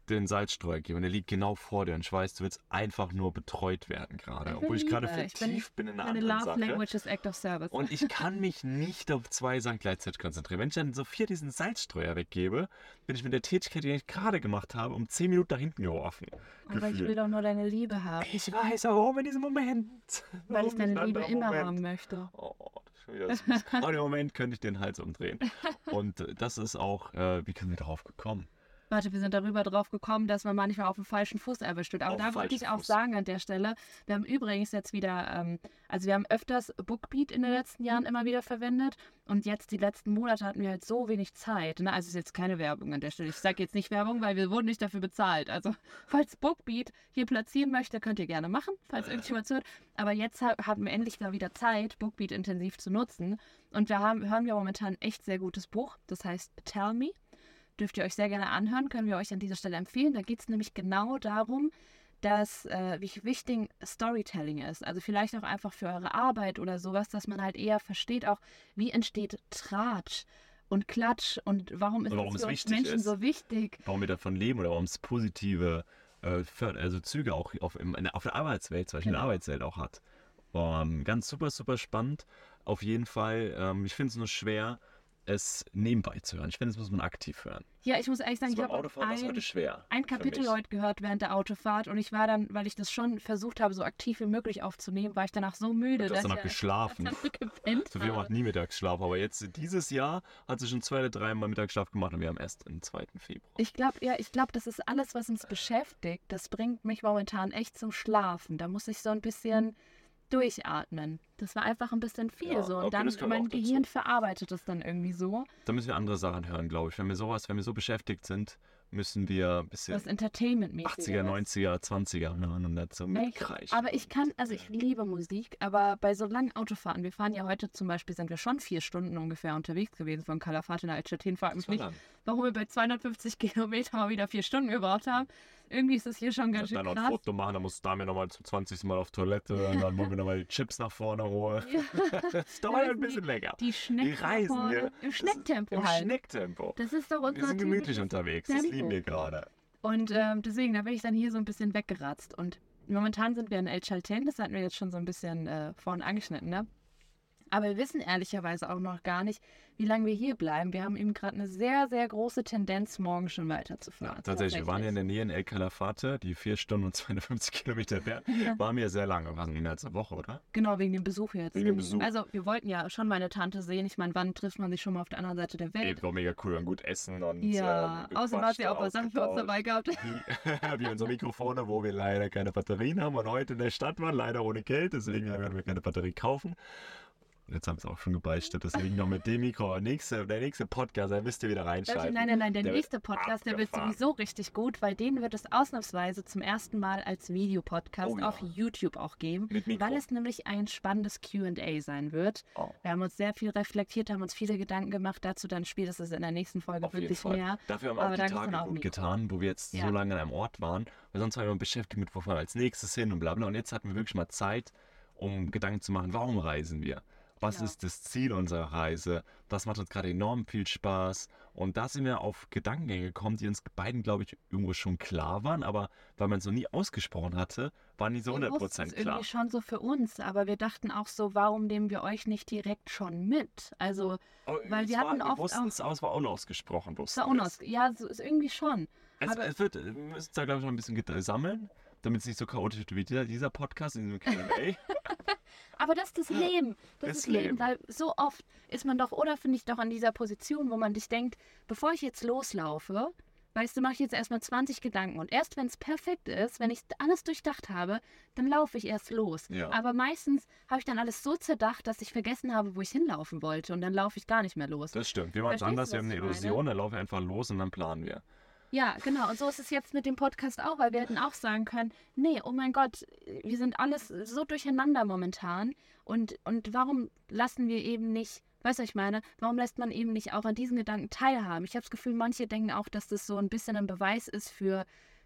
den Salzstreuer gebe und der liegt genau vor dir und ich weiß, du willst einfach nur betreut werden gerade, obwohl ich gerade vertieft bin in einer anderen Love Sache. Language is Act of Service. Und ich kann mich nicht auf zwei Sachen gleichzeitig konzentrieren. Wenn ich dann Sophia diesen Salzstreuer weggebe, bin ich mit der Tätigkeit, die ich gerade gemacht habe, um zehn Minuten nach hinten geworfen. Aber ich will doch nur deine Liebe haben. Ich weiß, aber warum in diesem Moment? Weil ich deine Liebe immer Moment? haben möchte. Oh, das ist schon wieder süß. Gerade im Moment könnte ich den Hals umdrehen. Und das ist auch, äh, wie sind wir darauf gekommen? Warte, wir sind darüber drauf gekommen, dass man manchmal auf dem falschen Fuß erwischt wird. Aber Auf da wollte ich falschen auch Fuß. sagen an der Stelle, wir haben übrigens jetzt wieder, ähm, also wir haben öfters Bookbeat in den letzten Jahren immer wieder verwendet und jetzt die letzten Monate hatten wir halt so wenig Zeit. Ne? Also es ist jetzt keine Werbung an der Stelle. Ich sage jetzt nicht Werbung, weil wir wurden nicht dafür bezahlt. Also falls Bookbeat hier platzieren möchte, könnt ihr gerne machen, falls irgendjemand zuhört. Aber jetzt ha- haben wir endlich da wieder Zeit, Bookbeat intensiv zu nutzen. Und wir haben, hören wir momentan ein echt sehr gutes Buch. Das heißt Tell Me. Dürft ihr euch sehr gerne anhören, können wir euch an dieser Stelle empfehlen. Da geht es nämlich genau darum, dass, äh, wie wichtig Storytelling ist. Also vielleicht auch einfach für eure Arbeit oder sowas, dass man halt eher versteht auch, wie entsteht Tratsch und Klatsch und warum ist Warum das es für uns wichtig Menschen ist. so wichtig. Warum wir davon leben oder warum es positive äh, För- also Züge auch auf, im, in der- auf der Arbeitswelt, zum Beispiel in der Genau. Arbeitswelt auch hat. Ähm, ganz super, super spannend. Auf jeden Fall, ähm, ich finde es nur schwer, es nebenbei zu hören. Ich finde, das muss man aktiv hören. Ja, ich muss ehrlich sagen, Also ich beim habe Autofahren war es ein, heute schwer. ein für Kapitel mich. heute gehört während der Autofahrt und ich war dann, weil ich das schon versucht habe, so aktiv wie möglich aufzunehmen, war ich danach so müde, Du hast danach ich geschlafen. dann gepennt Sophia habe. macht nie Mittagsschlaf, aber jetzt dieses Jahr hat sie schon zwei oder drei Mal Mittagsschlaf gemacht und wir haben erst den zweiten Februar. Ich glaube, ja, ich glaube, das ist alles, was uns beschäftigt. Das bringt mich momentan echt zum Schlafen. Da muss ich so ein bisschen durchatmen. Das war einfach ein bisschen viel Ja, so. okay, Und dann das gehört mein auch dazu. Gehirn verarbeitet es dann irgendwie so. Da müssen wir andere Sachen hören, glaube ich. Wenn wir sowas, wenn wir so beschäftigt sind, müssen wir ein bisschen Was Entertainment-mäßig achtziger, neunziger, zwanziger hören und dazu mitkreischen. Aber ich kann, also ich liebe Musik, aber bei so langen Autofahrten, wir fahren ja heute zum Beispiel, sind wir schon vier Stunden ungefähr unterwegs gewesen von Calafate nach Altstadt hin. Frag mich Das war nicht, lang. warum wir bei zweihundertfünfzig Kilometern mal wieder vier Stunden gebraucht haben. Irgendwie ist das hier schon ganz schön Dann noch ein krass. Foto machen, dann muss Damir nochmal zum zwanzigsten Mal auf Toilette und dann wollen wir nochmal die Chips nach vorne holen. Das dauert halt ein bisschen länger. Die Schnecken Wir reisen vorne, hier. im Schnecktempo Im halt. Schnecktempo. Das ist doch unser Wir sind gemütlich typisches unterwegs, das Tempo. lieben wir gerade. Und ähm, deswegen, da bin ich dann hier so ein bisschen weggeratzt. Und momentan sind wir in El Chaltén, das hatten wir jetzt schon so ein bisschen äh, vorhin angeschnitten, ne? Aber wir wissen ehrlicherweise auch noch gar nicht, wie lange wir hier bleiben. Wir haben eben gerade eine sehr, sehr große Tendenz, morgen schon weiterzufahren. Ja, tatsächlich, wir waren ja in der Nähe in El Calafate, die vier Stunden und zweihundertfünfzig Kilometer entfernt. Waren wir sehr lange, waren mehr als eine Woche, oder? Genau, wegen dem Besuch jetzt. Wegen dem Besuch. Also wir wollten ja schon meine Tante sehen. Ich meine, wann trifft man sich schon mal auf der anderen Seite der Ey, Welt? das war mega cool, wir haben gut essen und Ja, ähm, außerdem hat sie auch was gequatscht, Sachen für uns dabei gehabt. ausgetauscht. Wie unsere Mikrofone, wo wir leider keine Batterien haben und heute in der Stadt waren, leider ohne Geld, deswegen werden wir keine Batterie kaufen. Jetzt haben wir es auch schon gebeichtet, deswegen noch mit dem Mikro. Der nächste, der nächste Podcast, da müsst ihr wieder reinschalten. Nein, nein, nein, der, Der wird nächste Podcast, der wird abgefahren. sowieso richtig gut, weil den wird es ausnahmsweise zum ersten Mal als Videopodcast Oh ja. auf YouTube auch geben, Mit Mikro. weil es nämlich ein spannendes Q and A sein wird. Oh. Wir haben uns sehr viel reflektiert, haben uns viele Gedanken gemacht, dazu dann spätestens in der nächsten Folge Auf jeden wirklich Fall. mehr. Dafür haben wir Aber auch da die gibt's dann Tage auch gut Mikro. getan, wo wir jetzt Ja. so lange an einem Ort waren. Weil sonst waren wir immer beschäftigt mit, wo fahren wir als nächstes hin und bla bla. Und jetzt hatten wir wirklich mal Zeit, um Gedanken zu machen, warum reisen wir? Was Genau. ist das Ziel unserer Reise? Das macht uns gerade enorm viel Spaß. Und da sind wir auf Gedankengänge gekommen, die uns beiden, glaube ich, irgendwo schon klar waren. Aber weil man es noch nie ausgesprochen hatte, waren die so Wir hundert wussten Prozent es klar. irgendwie schon so für uns, aber wir dachten auch so, warum nehmen wir euch nicht direkt schon mit? Also, Aber weil es wir war, hatten wir oft wussten auch- es, aber es war unausgesprochen. es wussten war wir unaus. Ja, so ist irgendwie schon. Es, Aber- es wird, wir müssen da, glaube ich, noch ein bisschen get- sammeln, damit es nicht so chaotisch wird wie dieser, dieser Podcast in diesem Q and A. Aber das ist das Leben. Das Das ist Leben, Leben. weil so oft ist man doch, oder finde ich doch an dieser Position, wo man sich denkt, bevor ich jetzt loslaufe, weißt du, mache ich jetzt erstmal zwanzig Gedanken. Und erst wenn es perfekt ist, wenn ich alles durchdacht habe, dann laufe ich erst los. Ja. Aber meistens habe ich dann alles so zerdacht, dass ich vergessen habe, wo ich hinlaufen wollte. Und dann laufe ich gar nicht mehr los. Das stimmt. Wir machen es Verstehst anders, du, wir haben was eine ich meine? Illusion, dann laufen wir einfach los und dann planen wir. Ja, genau. Und so ist es jetzt mit dem Podcast auch, weil wir hätten auch sagen können, nee, oh mein Gott, wir sind alles so durcheinander momentan. Und, und warum lassen wir eben nicht, weißt du, was ich meine, warum lässt man eben nicht auch an diesen Gedanken teilhaben? Ich habe das Gefühl, manche denken auch, dass das so ein bisschen ein Beweis ist für,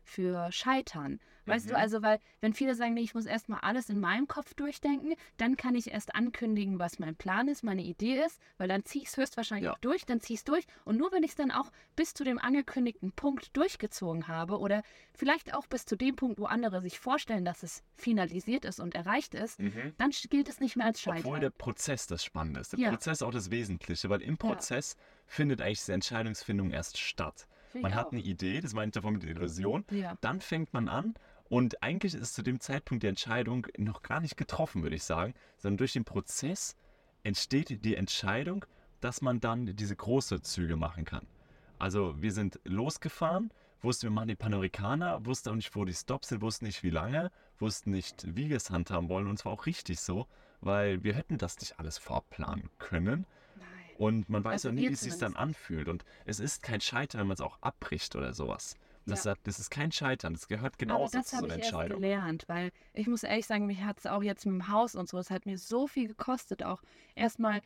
für Scheitern. Weißt Mhm. du, also, weil, wenn viele sagen, nee, ich muss erstmal alles in meinem Kopf durchdenken, dann kann ich erst ankündigen, was mein Plan ist, meine Idee ist, weil dann ziehe ich es höchstwahrscheinlich Ja. auch durch, dann ziehe ich es durch. Und nur wenn ich es dann auch bis zu dem angekündigten Punkt durchgezogen habe oder vielleicht auch bis zu dem Punkt, wo andere sich vorstellen, dass es finalisiert ist und erreicht ist, Mhm. dann gilt es nicht mehr als Scheitern. Obwohl der Prozess das Spannende ist. Der Ja. Prozess auch das Wesentliche, weil im Prozess findet eigentlich diese Entscheidungsfindung erst statt. Finde Man ich hat auch. eine Idee, das meinte ich davon mit der Illusion, Ja. dann fängt man an und eigentlich ist zu dem Zeitpunkt die Entscheidung noch gar nicht getroffen, würde ich sagen, sondern durch den Prozess entsteht die Entscheidung, dass man dann diese große Züge machen kann. Also wir sind losgefahren, wussten, wir machen die Panoramikaner, wussten auch nicht, wo die Stops sind, wussten nicht, wie lange, wussten nicht, wie wir es handhaben wollen. Und es war auch richtig so, weil wir hätten das nicht alles vorplanen können. Nein. Und man weiß Also auch nie, wir wie es sich dann zumindest anfühlt. Und es ist kein Scheitern, wenn man es auch abbricht oder sowas. Das, Ja. hat- das ist kein Scheitern, das gehört Aber genauso das zu so habe einer ich erst Entscheidung. gelernt, weil ich muss ehrlich sagen, mich hat es auch jetzt mit dem Haus und so, es hat mir so viel gekostet, auch erstmal,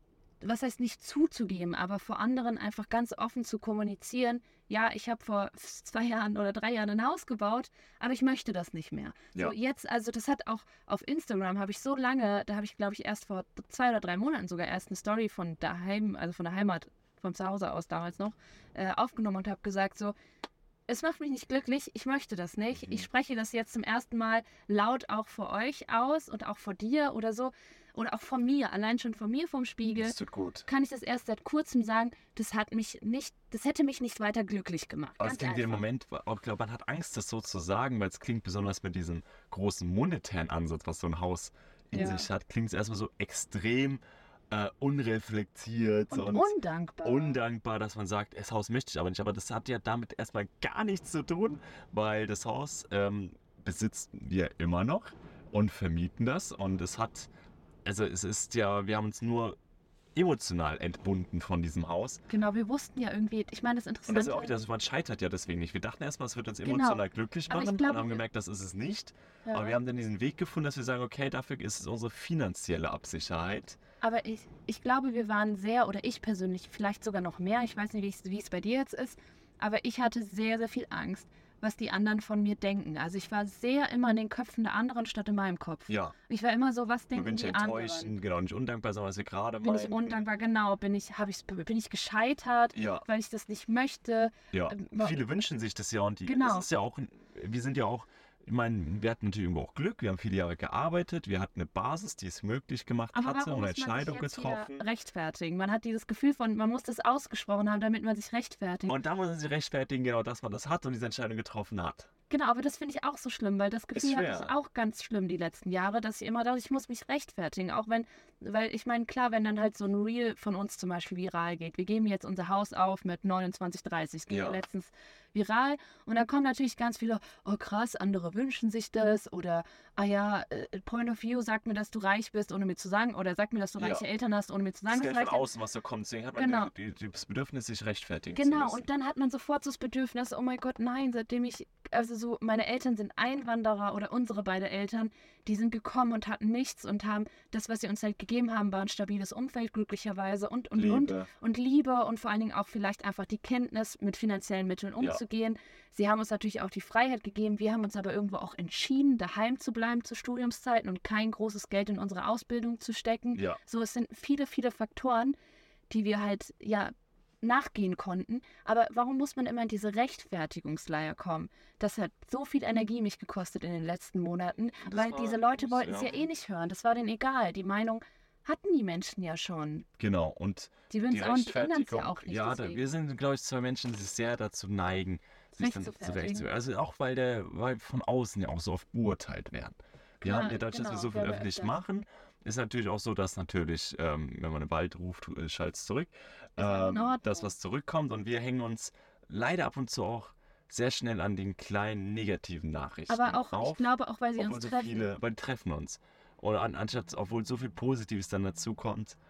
was heißt nicht zuzugeben, aber vor anderen einfach ganz offen zu kommunizieren, ja, ich habe vor zwei Jahren oder drei Jahren ein Haus gebaut, aber ich möchte das nicht mehr. Ja. So jetzt, also das hat auch auf Instagram, habe ich so lange, da habe ich glaube ich erst vor zwei oder drei Monaten sogar erst eine Story von daheim, also von der Heimat, von zu Hause aus damals noch, äh, aufgenommen und habe gesagt so, es macht mich nicht glücklich, ich möchte das nicht. Mhm. Ich spreche das jetzt zum ersten Mal laut auch vor euch aus und auch vor dir oder so. Oder auch von mir, allein schon von mir vom Spiegel, Das tut gut. kann ich das erst seit kurzem sagen, das hat mich nicht, das hätte mich nicht weiter glücklich gemacht. Aber es Ganz klingt im einfach. Moment, auch, ich glaube, man hat Angst, das so zu sagen, weil es klingt besonders mit diesem großen monetären Ansatz, was so ein Haus in Ja. sich hat, klingt es erstmal so extrem äh, unreflektiert Und, und, undankbar. undankbar, dass man sagt, das Haus möchte ich aber nicht. Aber das hat ja damit erstmal gar nichts zu tun, weil das Haus ähm, besitzen wir immer noch und vermieten das. Und es hat, also es ist ja, wir haben uns nur emotional entbunden von diesem Haus. Genau, wir wussten ja irgendwie, ich meine, das Und das ist Interessante auch wieder, also man scheitert ja deswegen nicht. Wir dachten erstmal, es wird uns Genau. emotional glücklich Aber ich machen glaube, und haben wir- gemerkt, das ist es nicht. Ja. Aber wir haben dann diesen Weg gefunden, dass wir sagen, okay, dafür ist es unsere finanzielle Absicherheit. Aber ich, ich glaube, wir waren sehr, oder ich persönlich, vielleicht sogar noch mehr, ich weiß nicht, wie es- wie es bei dir jetzt ist, aber ich hatte sehr, sehr viel Angst, was die anderen von mir denken. Also ich war sehr immer in den Köpfen der anderen statt in meinem Kopf. Ja, Ich war immer so, was wir denken bin ich die enttäuscht, anderen? genau, nicht undankbar, sondern was wir gerade Bin ich meinten. undankbar, genau. Bin ich, hab ich, bin ich gescheitert, Ja, weil ich das nicht möchte. ja. Ähm, Viele wünschen sich das ja und die, Genau. das ist ja auch, wir sind ja auch, ich meine, wir hatten natürlich irgendwo auch Glück, wir haben viele Jahre gearbeitet, wir hatten eine Basis, die es möglich gemacht Aber hatte warum und eine muss man sich Entscheidung jetzt wieder getroffen. rechtfertigen? Man hat dieses Gefühl von, man muss das ausgesprochen haben, damit man sich rechtfertigt. Und da muss man sich rechtfertigen, genau, dass man das hat und diese Entscheidung getroffen hat. Genau, aber das finde ich auch so schlimm, weil das Gefühl hatte schwer. ich auch ganz schlimm die letzten Jahre, dass ich immer dachte, ich muss mich rechtfertigen. Auch wenn, weil ich meine, klar, wenn dann halt so ein Reel von uns zum Beispiel viral geht. Wir geben jetzt unser Haus auf mit neunundzwanzig dreißig. Es ging ja Ja. letztens viral. Und dann kommen natürlich ganz viele, oh krass, andere wünschen sich das. Oder, ah ja, äh, Point of View sagt mir, dass du reich bist, ohne mir zu sagen. Oder sagt mir, dass du Ja. reiche Eltern hast, ohne mir zu Das sagen, ist dass gleich du von reiche außen, was so kommt. Deswegen hat man Genau. die, die, das Bedürfnis, sich rechtfertigen zu Genau, müssen. und dann hat man sofort so das Bedürfnis, oh mein Gott, nein, seitdem ich, also so, meine Eltern sind Einwanderer oder unsere beiden Eltern, die sind gekommen und hatten nichts und haben, das, was sie uns halt gegeben haben, war ein stabiles Umfeld, glücklicherweise und, und, und. Liebe. Und Liebe und vor allen Dingen auch vielleicht einfach die Kenntnis, mit finanziellen Mitteln umzugehen. Sie haben uns natürlich auch die Freiheit gegeben, wir haben uns aber irgendwo auch entschieden, daheim zu bleiben zu Studiumszeiten und kein großes Geld in unsere Ausbildung zu stecken. Ja. So, es sind viele, viele Faktoren, die wir halt, ja, nachgehen konnten. Aber warum muss man immer in diese Rechtfertigungsleier kommen? Das hat so viel Energie mich gekostet in den letzten Monaten, Das weil war diese Leute groß, wollten es ja. ja eh nicht hören. Das war denen egal. Die Meinung hatten die Menschen ja schon. Genau, und Die würden die es auch nicht ändern, Rechtfertigung, ja auch nicht. ja, da, deswegen. wir sind, glaube ich, zwei Menschen, die sich sehr dazu neigen, sich dann zu Rechtfertigen. recht Also auch, weil, der, weil von außen ja auch so oft beurteilt werden. Wir Klar, haben ja dadurch, dass wir genau, so viel werden wir öffentlich öfter. machen, ist natürlich auch so, dass natürlich, ähm, wenn man einen Wald ruft, schallt es zurück, auch in ähm, Ordnung. dass was zurückkommt und wir hängen uns leider ab und zu auch sehr schnell an den kleinen negativen Nachrichten Aber auch, auf. ich glaube auch, weil sie obwohl uns so treffen. viele, weil die treffen uns. Oder an, anstatt, obwohl so viel Positives dann dazu kommt,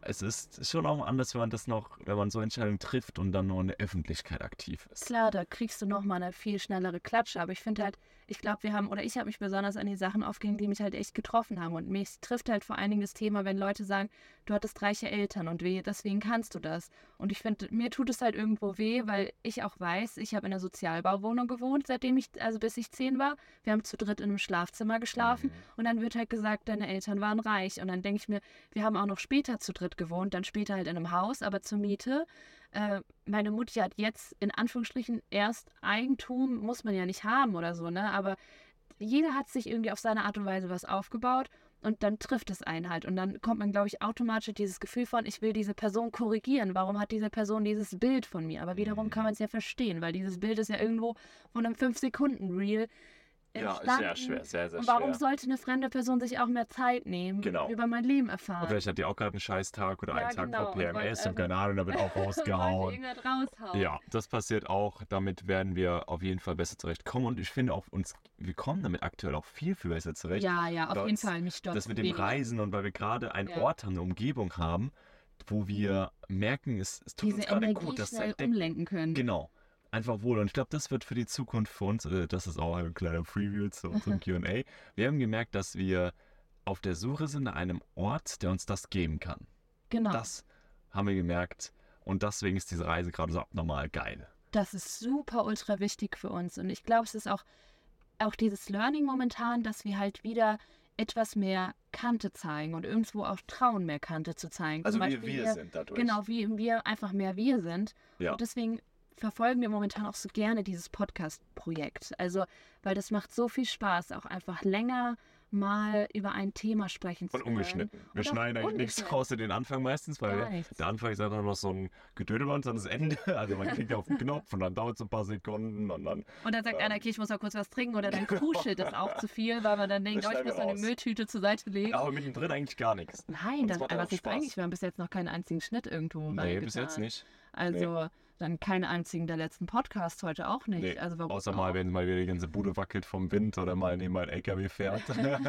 es ist schon auch anders, wenn man das noch, wenn man so Entscheidungen trifft und dann nur in der Öffentlichkeit aktiv ist. Klar, da kriegst du nochmal eine viel schnellere Klatsche. Aber ich finde halt, ich glaube, wir haben, oder ich habe mich besonders an die Sachen aufgehängt, die mich halt echt getroffen haben. Und mich trifft halt vor allen Dingen das Thema, wenn Leute sagen, du hattest reiche Eltern und weh, deswegen kannst du das. Und ich finde, mir tut es halt irgendwo weh, weil ich auch weiß, ich habe in einer Sozialbauwohnung gewohnt, seitdem ich, also bis ich zehn war. Wir haben zu dritt in einem Schlafzimmer geschlafen. Mhm. Und dann wird halt gesagt, deine Eltern waren reich. Und dann denke ich mir, wir haben auch noch später zu dritt gewohnt, dann später halt in einem Haus, aber zur Miete. Äh, meine Mutti hat jetzt in Anführungsstrichen erst Eigentum, muss man ja nicht haben oder so, ne? Aber jeder hat sich irgendwie auf seine Art und Weise was aufgebaut und dann trifft es einen halt. Und dann kommt man, glaube ich, automatisch dieses Gefühl von, ich will diese Person korrigieren. Warum hat diese Person dieses Bild von mir? Aber wiederum kann man es ja verstehen, weil dieses Bild ist ja irgendwo von einem fünf Sekunden Reel Ja, entstanden. sehr schwer, sehr, sehr Und warum schwer. sollte eine fremde Person sich auch mehr Zeit nehmen, Genau. über mein Leben erfahren? Und vielleicht hat die auch gerade einen Scheißtag oder Ja, einen Tag genau. vor Und P M S wollte und keine Ahnung, da wird auch wollte rausgehauen. irgendwas raushauen. Ja, das passiert auch. Damit werden wir auf jeden Fall besser zurechtkommen. Und ich finde auch uns, wir kommen damit aktuell auch viel, viel besser zurecht. Ja, ja, auf Bei jeden uns Fall. Mich stört Das mit dem weniger. Reisen und weil wir gerade einen Ja. Ort haben, eine Umgebung haben, wo wir merken, es, es tut uns Diese gerade Energie gut, das zu schnell entdecken. umlenken können. Genau. Einfach wohl. Und ich glaube, das wird für die Zukunft für uns, äh, das ist auch ein kleiner Preview zu unserem Q und A. Wir haben gemerkt, dass wir auf der Suche sind nach einem Ort, der uns das geben kann. Genau. Das haben wir gemerkt. Und deswegen ist diese Reise gerade so abnormal geil. Das ist super ultra wichtig für uns. Und ich glaube, es ist auch, auch dieses Learning momentan, dass wir halt wieder etwas mehr Kante zeigen und irgendwo auch trauen, mehr Kante zu zeigen. Also Zum wir, Beispiel wir sind dadurch. Genau, wie wir einfach mehr wir sind. Ja. Und deswegen verfolgen wir momentan auch so gerne dieses Podcast-Projekt. Also, weil das macht so viel Spaß, auch einfach länger mal über ein Thema sprechen zu Und können. ungeschnitten. Wir Und auch schneiden eigentlich nichts ungeschnitten. außer den Anfang meistens, weil Gar wir, nichts. der Anfang ist ja dann noch so ein Gedödel und dann das Ende. Also man klickt auf den Knopf und dann dauert es ein paar Sekunden und dann. Und dann sagt Ähm. einer, okay, ich muss mal kurz was trinken oder dann kuschelt das auch zu viel, weil man dann denkt, Das oh, ich schneiden muss wir so eine raus. Mülltüte zur Seite legen. Aber mittendrin eigentlich gar nichts. Nein, Und das, es macht aber auch es ist Spaß. eigentlich, wir haben bis jetzt noch keinen einzigen Schnitt irgendwo Nee, reingetan. bis jetzt nicht. Also dann keinen einzigen der letzten Podcasts heute auch nicht. Nee, Also warum außer auch? mal, wenn mal wieder die ganze Bude wackelt vom Wind oder mal neben ein L K W fährt.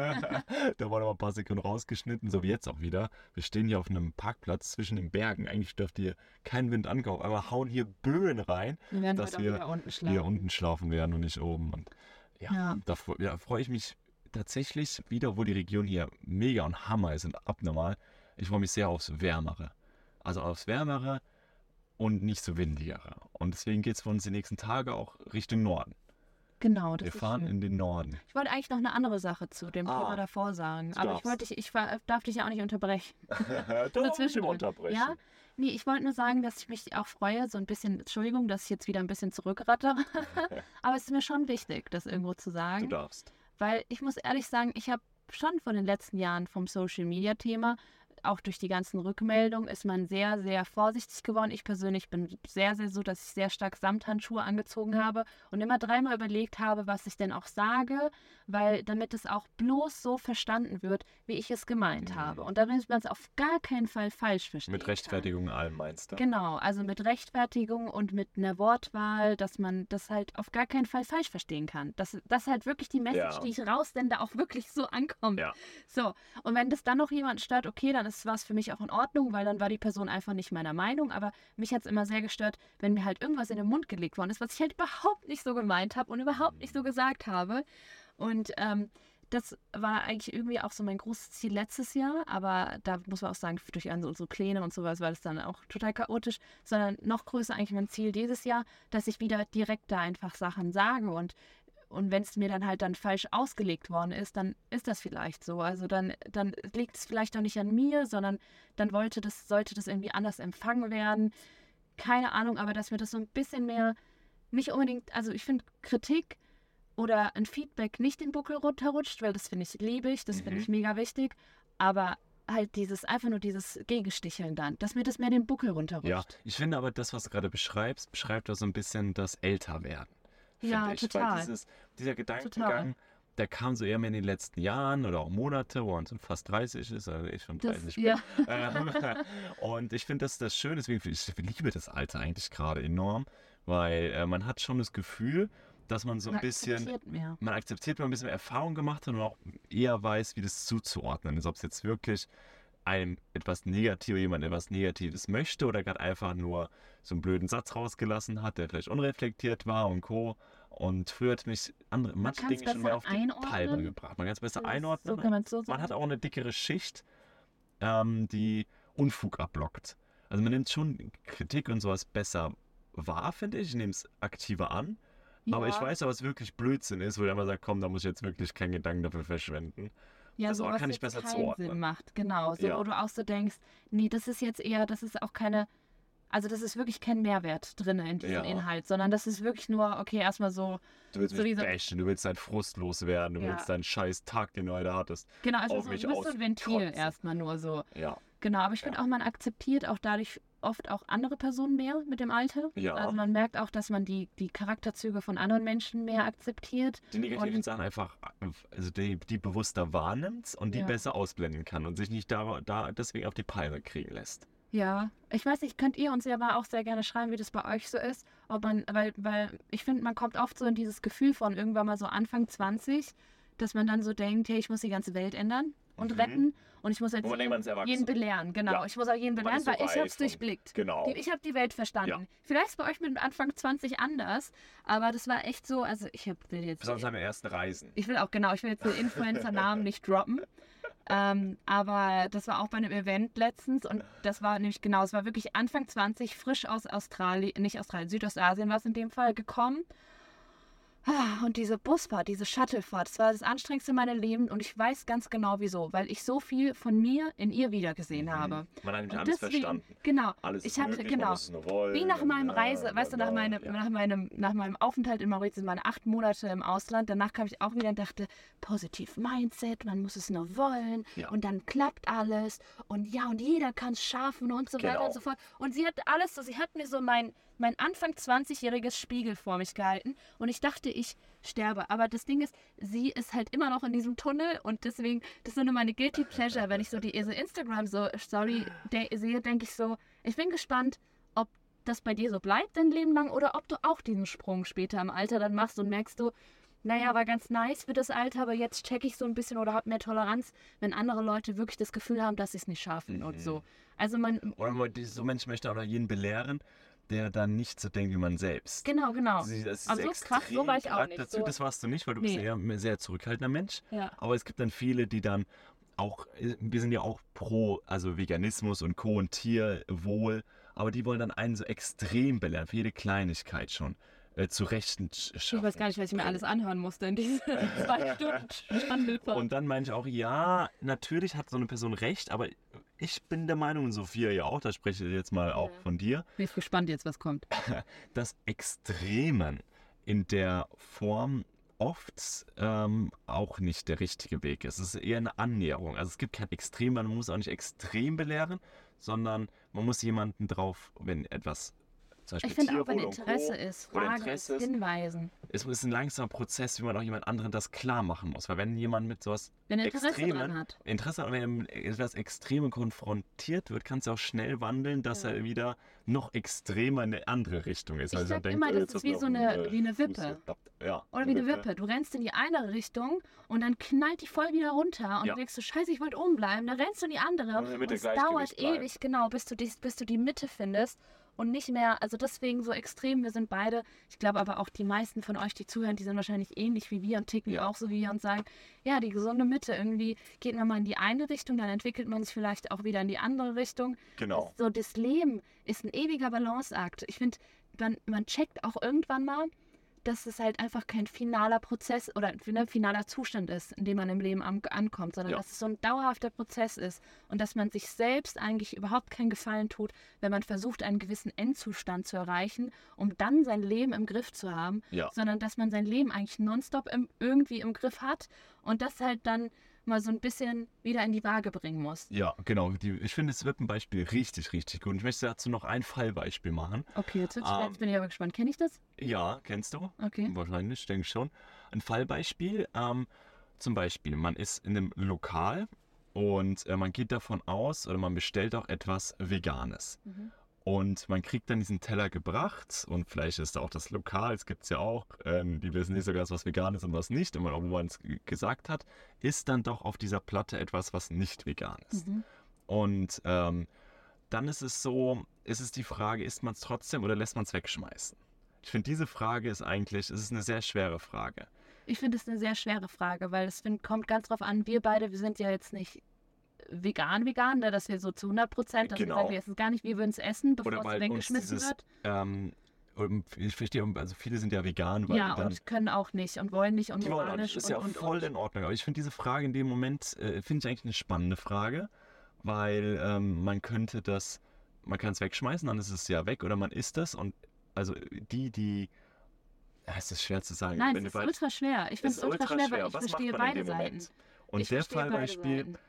Da wurden mal ein paar Sekunden rausgeschnitten, so wie jetzt auch wieder. Wir stehen hier auf einem Parkplatz zwischen den Bergen. Eigentlich dürfte hier kein Wind ankommen, aber hauen hier Böen rein, Wir werden dass heute wir auch wieder unten schlafen. hier unten schlafen werden und nicht oben. Und ja, Ja. da, fre- ja, freue ich mich tatsächlich wieder, wo die Region hier mega und Hammer ist und abnormal. Ich freue mich sehr aufs Wärmere. Also aufs Wärmere und nicht so windigere. Und deswegen geht es für uns die nächsten Tage auch Richtung Norden. Genau, das Wir ist fahren schön. in den Norden. Ich wollte eigentlich noch eine andere Sache zu dem Ah, Thema davor sagen. du Aber ich darfst. wollte dich, ich war- darf dich ja auch nicht unterbrechen. Doch, Dazwischen nicht unterbrechen. Ja? Nee, ich wollte nur sagen, dass ich mich auch freue, so ein bisschen, Entschuldigung, dass ich jetzt wieder ein bisschen zurückratter. Aber es ist mir schon wichtig, das irgendwo zu Du sagen. darfst. Weil ich muss ehrlich sagen, ich habe schon von den letzten Jahren vom Social-Media-Thema, auch durch die ganzen Rückmeldungen, ist man sehr, sehr vorsichtig geworden. Ich persönlich bin sehr, sehr so, dass ich sehr stark Samthandschuhe angezogen habe und immer dreimal überlegt habe, was ich denn auch sage, weil damit es auch bloß so verstanden wird, wie ich es gemeint habe. Und damit man es auf gar keinen Fall falsch versteht. Mit Rechtfertigung in allem meinst du? Genau, also mit Rechtfertigung und mit einer Wortwahl, dass man das halt auf gar keinen Fall falsch verstehen kann. Dass, dass halt wirklich die Message, Ja. die ich raussende, auch wirklich so ankommt. Ja. So, und wenn das dann noch jemand stört, okay, dann ist was für mich auch in Ordnung, weil dann war die Person einfach nicht meiner Meinung. Aber mich hat es immer sehr gestört, wenn mir halt irgendwas in den Mund gelegt worden ist, was ich halt überhaupt nicht so gemeint habe und überhaupt nicht so gesagt habe. Und ähm, das war eigentlich irgendwie auch so mein großes Ziel letztes Jahr, aber da muss man auch sagen, durch also unsere Pläne und sowas war das dann auch total chaotisch, sondern noch größer eigentlich mein Ziel dieses Jahr, dass ich wieder direkt da einfach Sachen sage und und wenn es mir dann halt dann falsch ausgelegt worden ist, dann ist das vielleicht so. Also dann, dann liegt es vielleicht auch nicht an mir, sondern dann wollte das, sollte das irgendwie anders empfangen werden. Keine Ahnung, aber dass mir das so ein bisschen mehr, nicht unbedingt, also ich finde Kritik oder ein Feedback nicht den Buckel runterrutscht, weil das finde ich liebig, das finde Mhm. ich mega wichtig, aber halt dieses, einfach nur dieses Gegensticheln dann, dass mir das mehr den Buckel runterrutscht. Ja, ich finde aber das, was du gerade beschreibst, beschreibt auch so ein bisschen das Älterwerden. Ja, finde ich. total. Weil dieses, dieser Gedankengang, der kam so eher mehr in den letzten Jahren oder auch Monate, wo man so fast dreißig ist, also ich schon Das, dreißig bin. ja. Ähm, und ich finde das das Schöne, deswegen ich liebe das Alter eigentlich gerade enorm, weil äh, man hat schon das Gefühl, dass man so ein Man bisschen, akzeptiert mehr. man akzeptiert, man ein bisschen mehr Erfahrung gemacht hat und auch eher weiß, wie das zuzuordnen ist. Ob es jetzt wirklich einem etwas Negatives, jemand etwas Negatives möchte oder gerade einfach nur so einen blöden Satz rausgelassen hat, der vielleicht unreflektiert war und Co. Und früher hat mich andere, Man manche kann's Dinge schon besser mehr auf die einordnen. Palme gebracht. Man kann es besser Das- einordnen. So kann man es so Man sagen. hat auch eine dickere Schicht, ähm, die Unfug abblockt. Also man nimmt schon Kritik und sowas besser wahr, finde ich. Ich nehme es aktiver an. Aber ich Ja. weiß, dass es wirklich Blödsinn ist, wo ich immer sage, komm, da muss ich jetzt wirklich keinen Gedanken dafür verschwenden. Ja, Das so auch was kann ich jetzt besser keinen zuordnen. Sinn macht, genau. So, Ja. wo du auch so denkst, nee, das ist jetzt eher, das ist auch keine, also das ist wirklich kein Mehrwert drin in diesem Ja. Inhalt, sondern das ist wirklich nur, okay, erstmal so, Du willst So mich diese- bashen, du willst deinen Frust loswerden, du Ja. willst deinen scheiß Tag, den du heute hattest. genau, also Auf so, mich du bist so ein Ventil auskotzen. erstmal nur so. Ja. Genau, aber ich finde Ja. auch, man akzeptiert auch dadurch oft auch andere Personen mehr mit dem Alter. Ja. Also man merkt auch, dass man die, die Charakterzüge von anderen Menschen mehr akzeptiert. Die negativen Und- Sachen einfach, also die, die bewusster wahrnimmt und die Ja. besser ausblenden kann und sich nicht da, da deswegen auf die Palme kriegen lässt. Ja, ich weiß nicht, könnt ihr uns ja mal auch sehr gerne schreiben, wie das bei euch so ist. Ob man, weil, weil ich finde, man kommt oft so in dieses Gefühl von irgendwann mal so Anfang zwanzig, dass man dann so denkt, hey, ich muss die ganze Welt ändern und Mhm. retten und ich muss jetzt Wo man denkt, man ist jeden, erwachsen. jeden belehren. Genau, Ja. ich muss auch jeden Man belehren, ist so weil ich habe reif es und- durchblickt. Genau. Die- Ich habe die Welt verstanden. Ja. Vielleicht ist bei euch mit Anfang zwanzig anders, aber das war echt so, also ich hab, will jetzt... Besonders seine ersten Reisen. Ich will auch, genau, ich will jetzt den Influencer-Namen nicht droppen. Ähm, aber das war auch bei einem Event letztens und das war nämlich genau, es war wirklich Anfang zwanzig, frisch aus Australien, nicht Australien, Südostasien war es in dem Fall gekommen. Ah, Und diese Busfahrt, diese Shuttlefahrt, das war das anstrengendste in meinem Leben und ich weiß ganz genau wieso, weil ich so viel von mir in ihr wiedergesehen habe. Man hat nämlich Und alles deswegen, verstanden. genau, Alles ist ich habe, möglich, man genau, muss es nur wollen. wie nach meinem und, Reise, äh, weißt du, nach bla, meinem, ja. nach meinem, nach meinem Aufenthalt in Mauritius, meine acht Monate im Ausland, danach kam ich auch wieder und dachte, positiv Mindset, man muss es nur wollen Ja. und dann klappt alles und ja, und jeder kann es schaffen und so weiter Genau. und so fort. Und sie hat alles so, sie hat mir so mein, mein Anfang zwanzigjähriges Spiegel vor mich gehalten und ich dachte, ich sterbe. Aber das Ding ist, sie ist halt immer noch in diesem Tunnel und deswegen, das ist so nur meine Guilty Pleasure, wenn ich so diese Instagram-Story de- sehe, denke ich so, ich bin gespannt, ob das bei dir so bleibt dein Leben lang oder ob du auch diesen Sprung später im Alter dann machst und merkst du, naja, war ganz nice für das Alter, aber jetzt checke ich so ein bisschen oder habe mehr Toleranz, wenn andere Leute wirklich das Gefühl haben, dass sie es nicht schaffen und so. Also man, Oder man, so ein Mensch möchte auch noch jeden belehren, der dann nicht so denkt wie man selbst. genau, genau. Das ist- das ist Also so krass, so war ich auch gerade nicht. Dazu, So, das warst du nicht, weil du bist Nee. eher ein sehr zurückhaltender Mensch. ja. Aber es gibt dann viele, die dann auch, wir sind ja auch pro, also Veganismus und Co. und Tierwohl, aber die wollen dann einen so extrem belehren, für jede Kleinigkeit schon, äh, zu Rechten sch- Ich schaffen. weiß gar nicht, was ich mir alles anhören musste in diesen zwei Stunden Standhilfe. Und dann meine ich auch, ja, natürlich hat so eine Person recht, aber ich bin der Meinung, und Sophia ja auch, da spreche ich jetzt mal auch Ja. von dir, Bin ich gespannt jetzt, was kommt. dass Extremen in der Form oft ähm, auch nicht der richtige Weg ist. Es ist eher eine Annäherung. Also es gibt kein Extrem, man muss auch nicht extrem belehren, sondern man muss jemanden drauf, wenn etwas zum Beispiel Ich finde auch, wenn Tierwohl und Co. Interesse ist, oder Fragen, Interesse ist, hinweisen. es ist ein langsamer Prozess, wie man auch jemand anderen das klar machen muss. Weil wenn jemand mit sowas Wenn er Interesse Extremen, dran hat. Interesse hat, wenn er mit etwas Extremem konfrontiert wird, kann es ja auch schnell wandeln, dass Ja. er wieder noch extremer in eine andere Richtung ist. Ich Also sag dann immer, äh, das jetzt ist hast wie du so auf den, eine- äh, wie eine Fuß Wippe. geklappt. Ja, Oder wie eine Wippe. Du rennst in die eine Richtung und dann knallt die voll wieder runter und Ja. du denkst so, scheiße, ich wollte oben bleiben. Dann rennst du in die andere Und in der Mitte und es Gleichgewicht dauert bleiben. ewig, genau, bis du, die, bis du die Mitte findest und nicht mehr, also deswegen so extrem, wir sind beide, ich glaube aber auch die meisten von euch, die zuhören, die sind wahrscheinlich ähnlich wie wir und ticken Ja. auch so wie wir und sagen, ja, die gesunde Mitte, irgendwie geht man mal in die eine Richtung, dann entwickelt man sich vielleicht auch wieder in die andere Richtung. Genau. So, das Leben ist ein ewiger Balanceakt. Ich finde, man, man checkt auch irgendwann mal, dass es halt einfach kein finaler Prozess oder ein finaler Zustand ist, in dem man im Leben an, ankommt, sondern Ja. dass es so ein dauerhafter Prozess ist und dass man sich selbst eigentlich überhaupt keinen Gefallen tut, wenn man versucht, einen gewissen Endzustand zu erreichen, um dann sein Leben im Griff zu haben, Ja. sondern dass man sein Leben eigentlich nonstop im, irgendwie im Griff hat und das halt dann mal so ein bisschen wieder in die Waage bringen muss. Ja, genau. Die, ich finde das Wippenbeispiel richtig, richtig gut. Und ich möchte dazu noch ein Fallbeispiel machen. Okay, jetzt, wird's- Ähm, jetzt bin ich aber gespannt. Kenne ich das? Ja, kennst du? Okay. Wahrscheinlich, denke ich schon. Ein Fallbeispiel. Ähm, zum Beispiel, man ist in einem Lokal und äh, man geht davon aus oder man bestellt auch etwas Veganes. Mhm. Und man kriegt dann diesen Teller gebracht und vielleicht ist da auch das Lokal, es gibt es ja auch, ähm, die wissen nicht so ganz, was vegan ist und was nicht, und man, wo man es g- gesagt hat, ist dann doch auf dieser Platte etwas, was nicht vegan ist. Mhm. Und ähm, dann ist es so, ist es die Frage, isst man es trotzdem oder lässt man es wegschmeißen? Ich finde, diese Frage ist eigentlich, es ist eine sehr schwere Frage. Ich finde es eine sehr schwere Frage, weil es find, kommt ganz drauf an, wir beide, wir sind ja jetzt nicht vegan, vegan, ne, dass wir so zu hundert Prozent, dass Genau. wir sagen, wir essen es gar nicht, wir würden es essen, bevor Oder es weil uns weggeschmissen dieses, wird. ähm, ich verstehe, also viele sind ja vegan, weil Ja, die dann... und können auch nicht und wollen nicht und Die wollen auch moralisch nicht, ist und, ja und, voll und. in Ordnung. Aber ich finde diese Frage in dem Moment, äh, finde ich eigentlich eine spannende Frage, weil ähm, man könnte das, man kann es wegschmeißen, dann ist es ja weg oder man isst es und also die, die, ja, es ist schwer zu sagen. Nein, Wenn es du ist weit- ultra schwer. Ich finde es ist ultra ultra schwer, schwer. weil ich Was macht verstehe man in beide dem Moment? Seiten. Und Ich der verstehe beide Fallbeispiel, Seiten.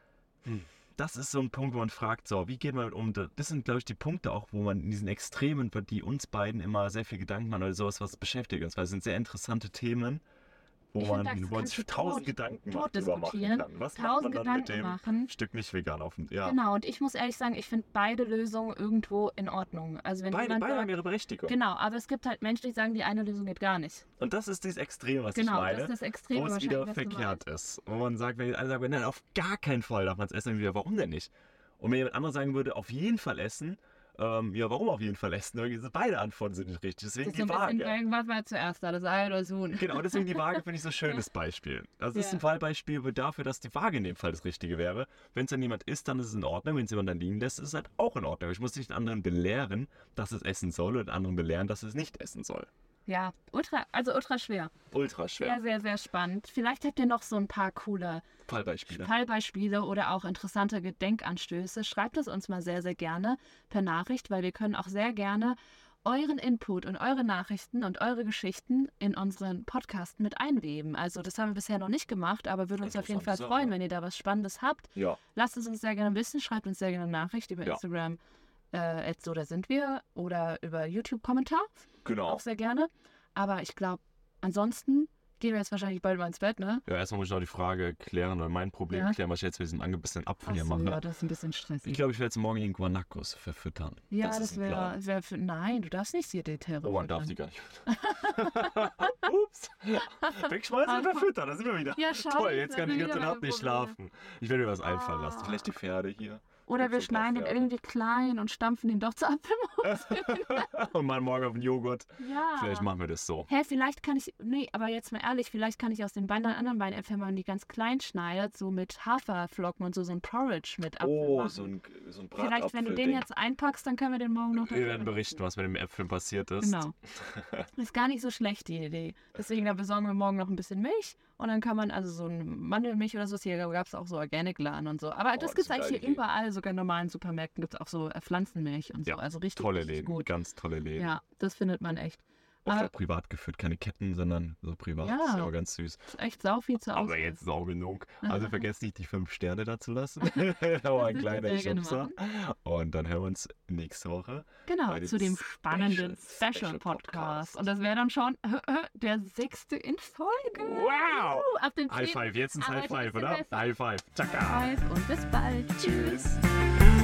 hm, das ist so ein Punkt, wo man fragt, so, wie geht man damit um? Das sind, glaube ich, die Punkte auch, wo man in diesen Extremen, die uns beiden immer sehr viel Gedanken machen oder sowas, was beschäftigt uns, weil es sind sehr interessante Themen, wo Ich man, find, da wo man kannst sich du tausend tot- Gedanken tot macht, drüber machen diskutieren, kann. Was macht tausend man dann mit Gedanken dem machen. Stück nicht vegan auf dem, ja. Genau, und ich muss ehrlich sagen, ich finde beide Lösungen irgendwo in Ordnung. Also wenn Beide, jemand beide haben sagt, ihre Berechtigung. genau, aber es gibt halt Menschen, die sagen, die eine Lösung geht gar nicht. Und das ist dieses Extrem, was Genau, ich meine, das ist das Extreme wo es wahrscheinlich, wieder was du verkehrt ist. Wo man sagt, wenn alle sagen, nein, auf gar keinen Fall darf man es essen, dann wieder, warum denn nicht? Und wenn jemand anderes sagen würde, auf jeden Fall essen, ähm, ja, warum auf jeden Fall essen? Irgendwie sind beide Antworten sind nicht richtig. Deswegen Das ist so die ein bisschen, Waage. irgendwas war zuerst da, das Ei oder das Huhn. Genau, deswegen die Waage finde ich so ein schönes Beispiel. Also das ist Ja. ein Fallbeispiel dafür, dass die Waage in dem Fall das Richtige wäre. Wenn es dann jemand isst, dann ist es in Ordnung. Wenn es jemand dann liegen lässt, ist es halt auch in Ordnung. Ich muss nicht den anderen belehren, dass es essen soll und den anderen belehren, dass es nicht essen soll. Ja, ultra, also ultra schwer. Ultra schwer. Sehr, sehr, sehr spannend. Vielleicht habt ihr noch so ein paar coole Fallbeispiele. Fallbeispiele oder auch interessante Gedenkanstöße. Schreibt es uns mal sehr, sehr gerne per Nachricht, weil wir können auch sehr gerne euren Input und eure Nachrichten und eure Geschichten in unseren Podcast mit einweben. Also das haben wir bisher noch nicht gemacht, aber würde uns auf jeden Fall Interessante freuen, Sache. wenn ihr da was Spannendes habt. Ja. Lasst es uns sehr gerne wissen, schreibt uns sehr gerne eine Nachricht über Ja. Instagram, äh, so da sind wir, oder über YouTube-Kommentar, Genau. auch sehr gerne. Aber ich glaube, ansonsten gehen wir jetzt wahrscheinlich bald mal ins Bett, ne? Ja, erstmal muss ich noch die Frage klären oder mein Problem Ja. klären, was ich jetzt mit diesem angebissenen Apfel Ach hier so, mache. ja, das ist ein bisschen stressig. Ich glaube, ich werde jetzt morgen den Guanacos verfüttern. Ja, das, das, ist ein wäre Plan. wär für. Nein, du darfst nicht hier die Tiere. Oh, man darf füttern. die gar nicht. Ups. Wegschmeißen und verfüttern, da sind wir wieder. Ja, scheiße, Toll, jetzt kann da ich die sind ganze wir Nacht wieder nicht bei Probleme. schlafen. Ich werde mir was einfallen lassen. Ah. Vielleicht die Pferde hier. Oder wir Gibt's so ein paar schneiden den Pferde. irgendwie klein und stampfen den doch zu Apfelmus. Und mal morgen auf den Joghurt. Ja. Vielleicht machen wir das so. Hä, vielleicht kann ich, nee, aber jetzt mal ehrlich, vielleicht kann ich aus den beiden anderen Beinäpfeln, wenn man die ganz klein schneidet, so mit Haferflocken und so, so ein Porridge mit Apfel Oh, machen. so ein, so ein Bratapfel. Vielleicht, wenn du den jetzt einpackst, dann können wir den morgen noch... Wir werden berichten, was mit den Äpfeln passiert ist. Genau. Ist gar nicht so schlecht, die Idee. Deswegen, da besorgen wir morgen noch ein bisschen Milch und dann kann man, also so ein Mandelmilch oder so, hier gab es auch so Organic-Laden und so. Aber Oh, das das gibt es ist eine eigentlich geile hier Idee. überall, sogar in normalen Supermärkten gibt es auch so äh, Pflanzenmilch und so. Ja, Also richtig, Tolle richtig Läden, gut. ganz tolle Läden. Ja, das findet man echt. Auch Aber- ja, privat geführt, keine Ketten, sondern so privat. Ja. Das ist aber ganz süß. Ist echt sau viel zu Aber Auswahl. jetzt sau genug. Also vergesst nicht, die fünf Sterne da zu lassen. Aber ein würden wir kleiner sehr gerne Schubser. Und dann hören wir uns nächste Woche. Genau, bei dem zu dem spannenden Special- Special Podcast. Special-Podcast. Und das wäre dann schon der sechste in Folge. Wow! Uh, ab dem High zehnten Five, jetzt ein Aber High Five, jetzt oder? Silvester. High Five. Tschakka. High Five und bis bald. Tschüss.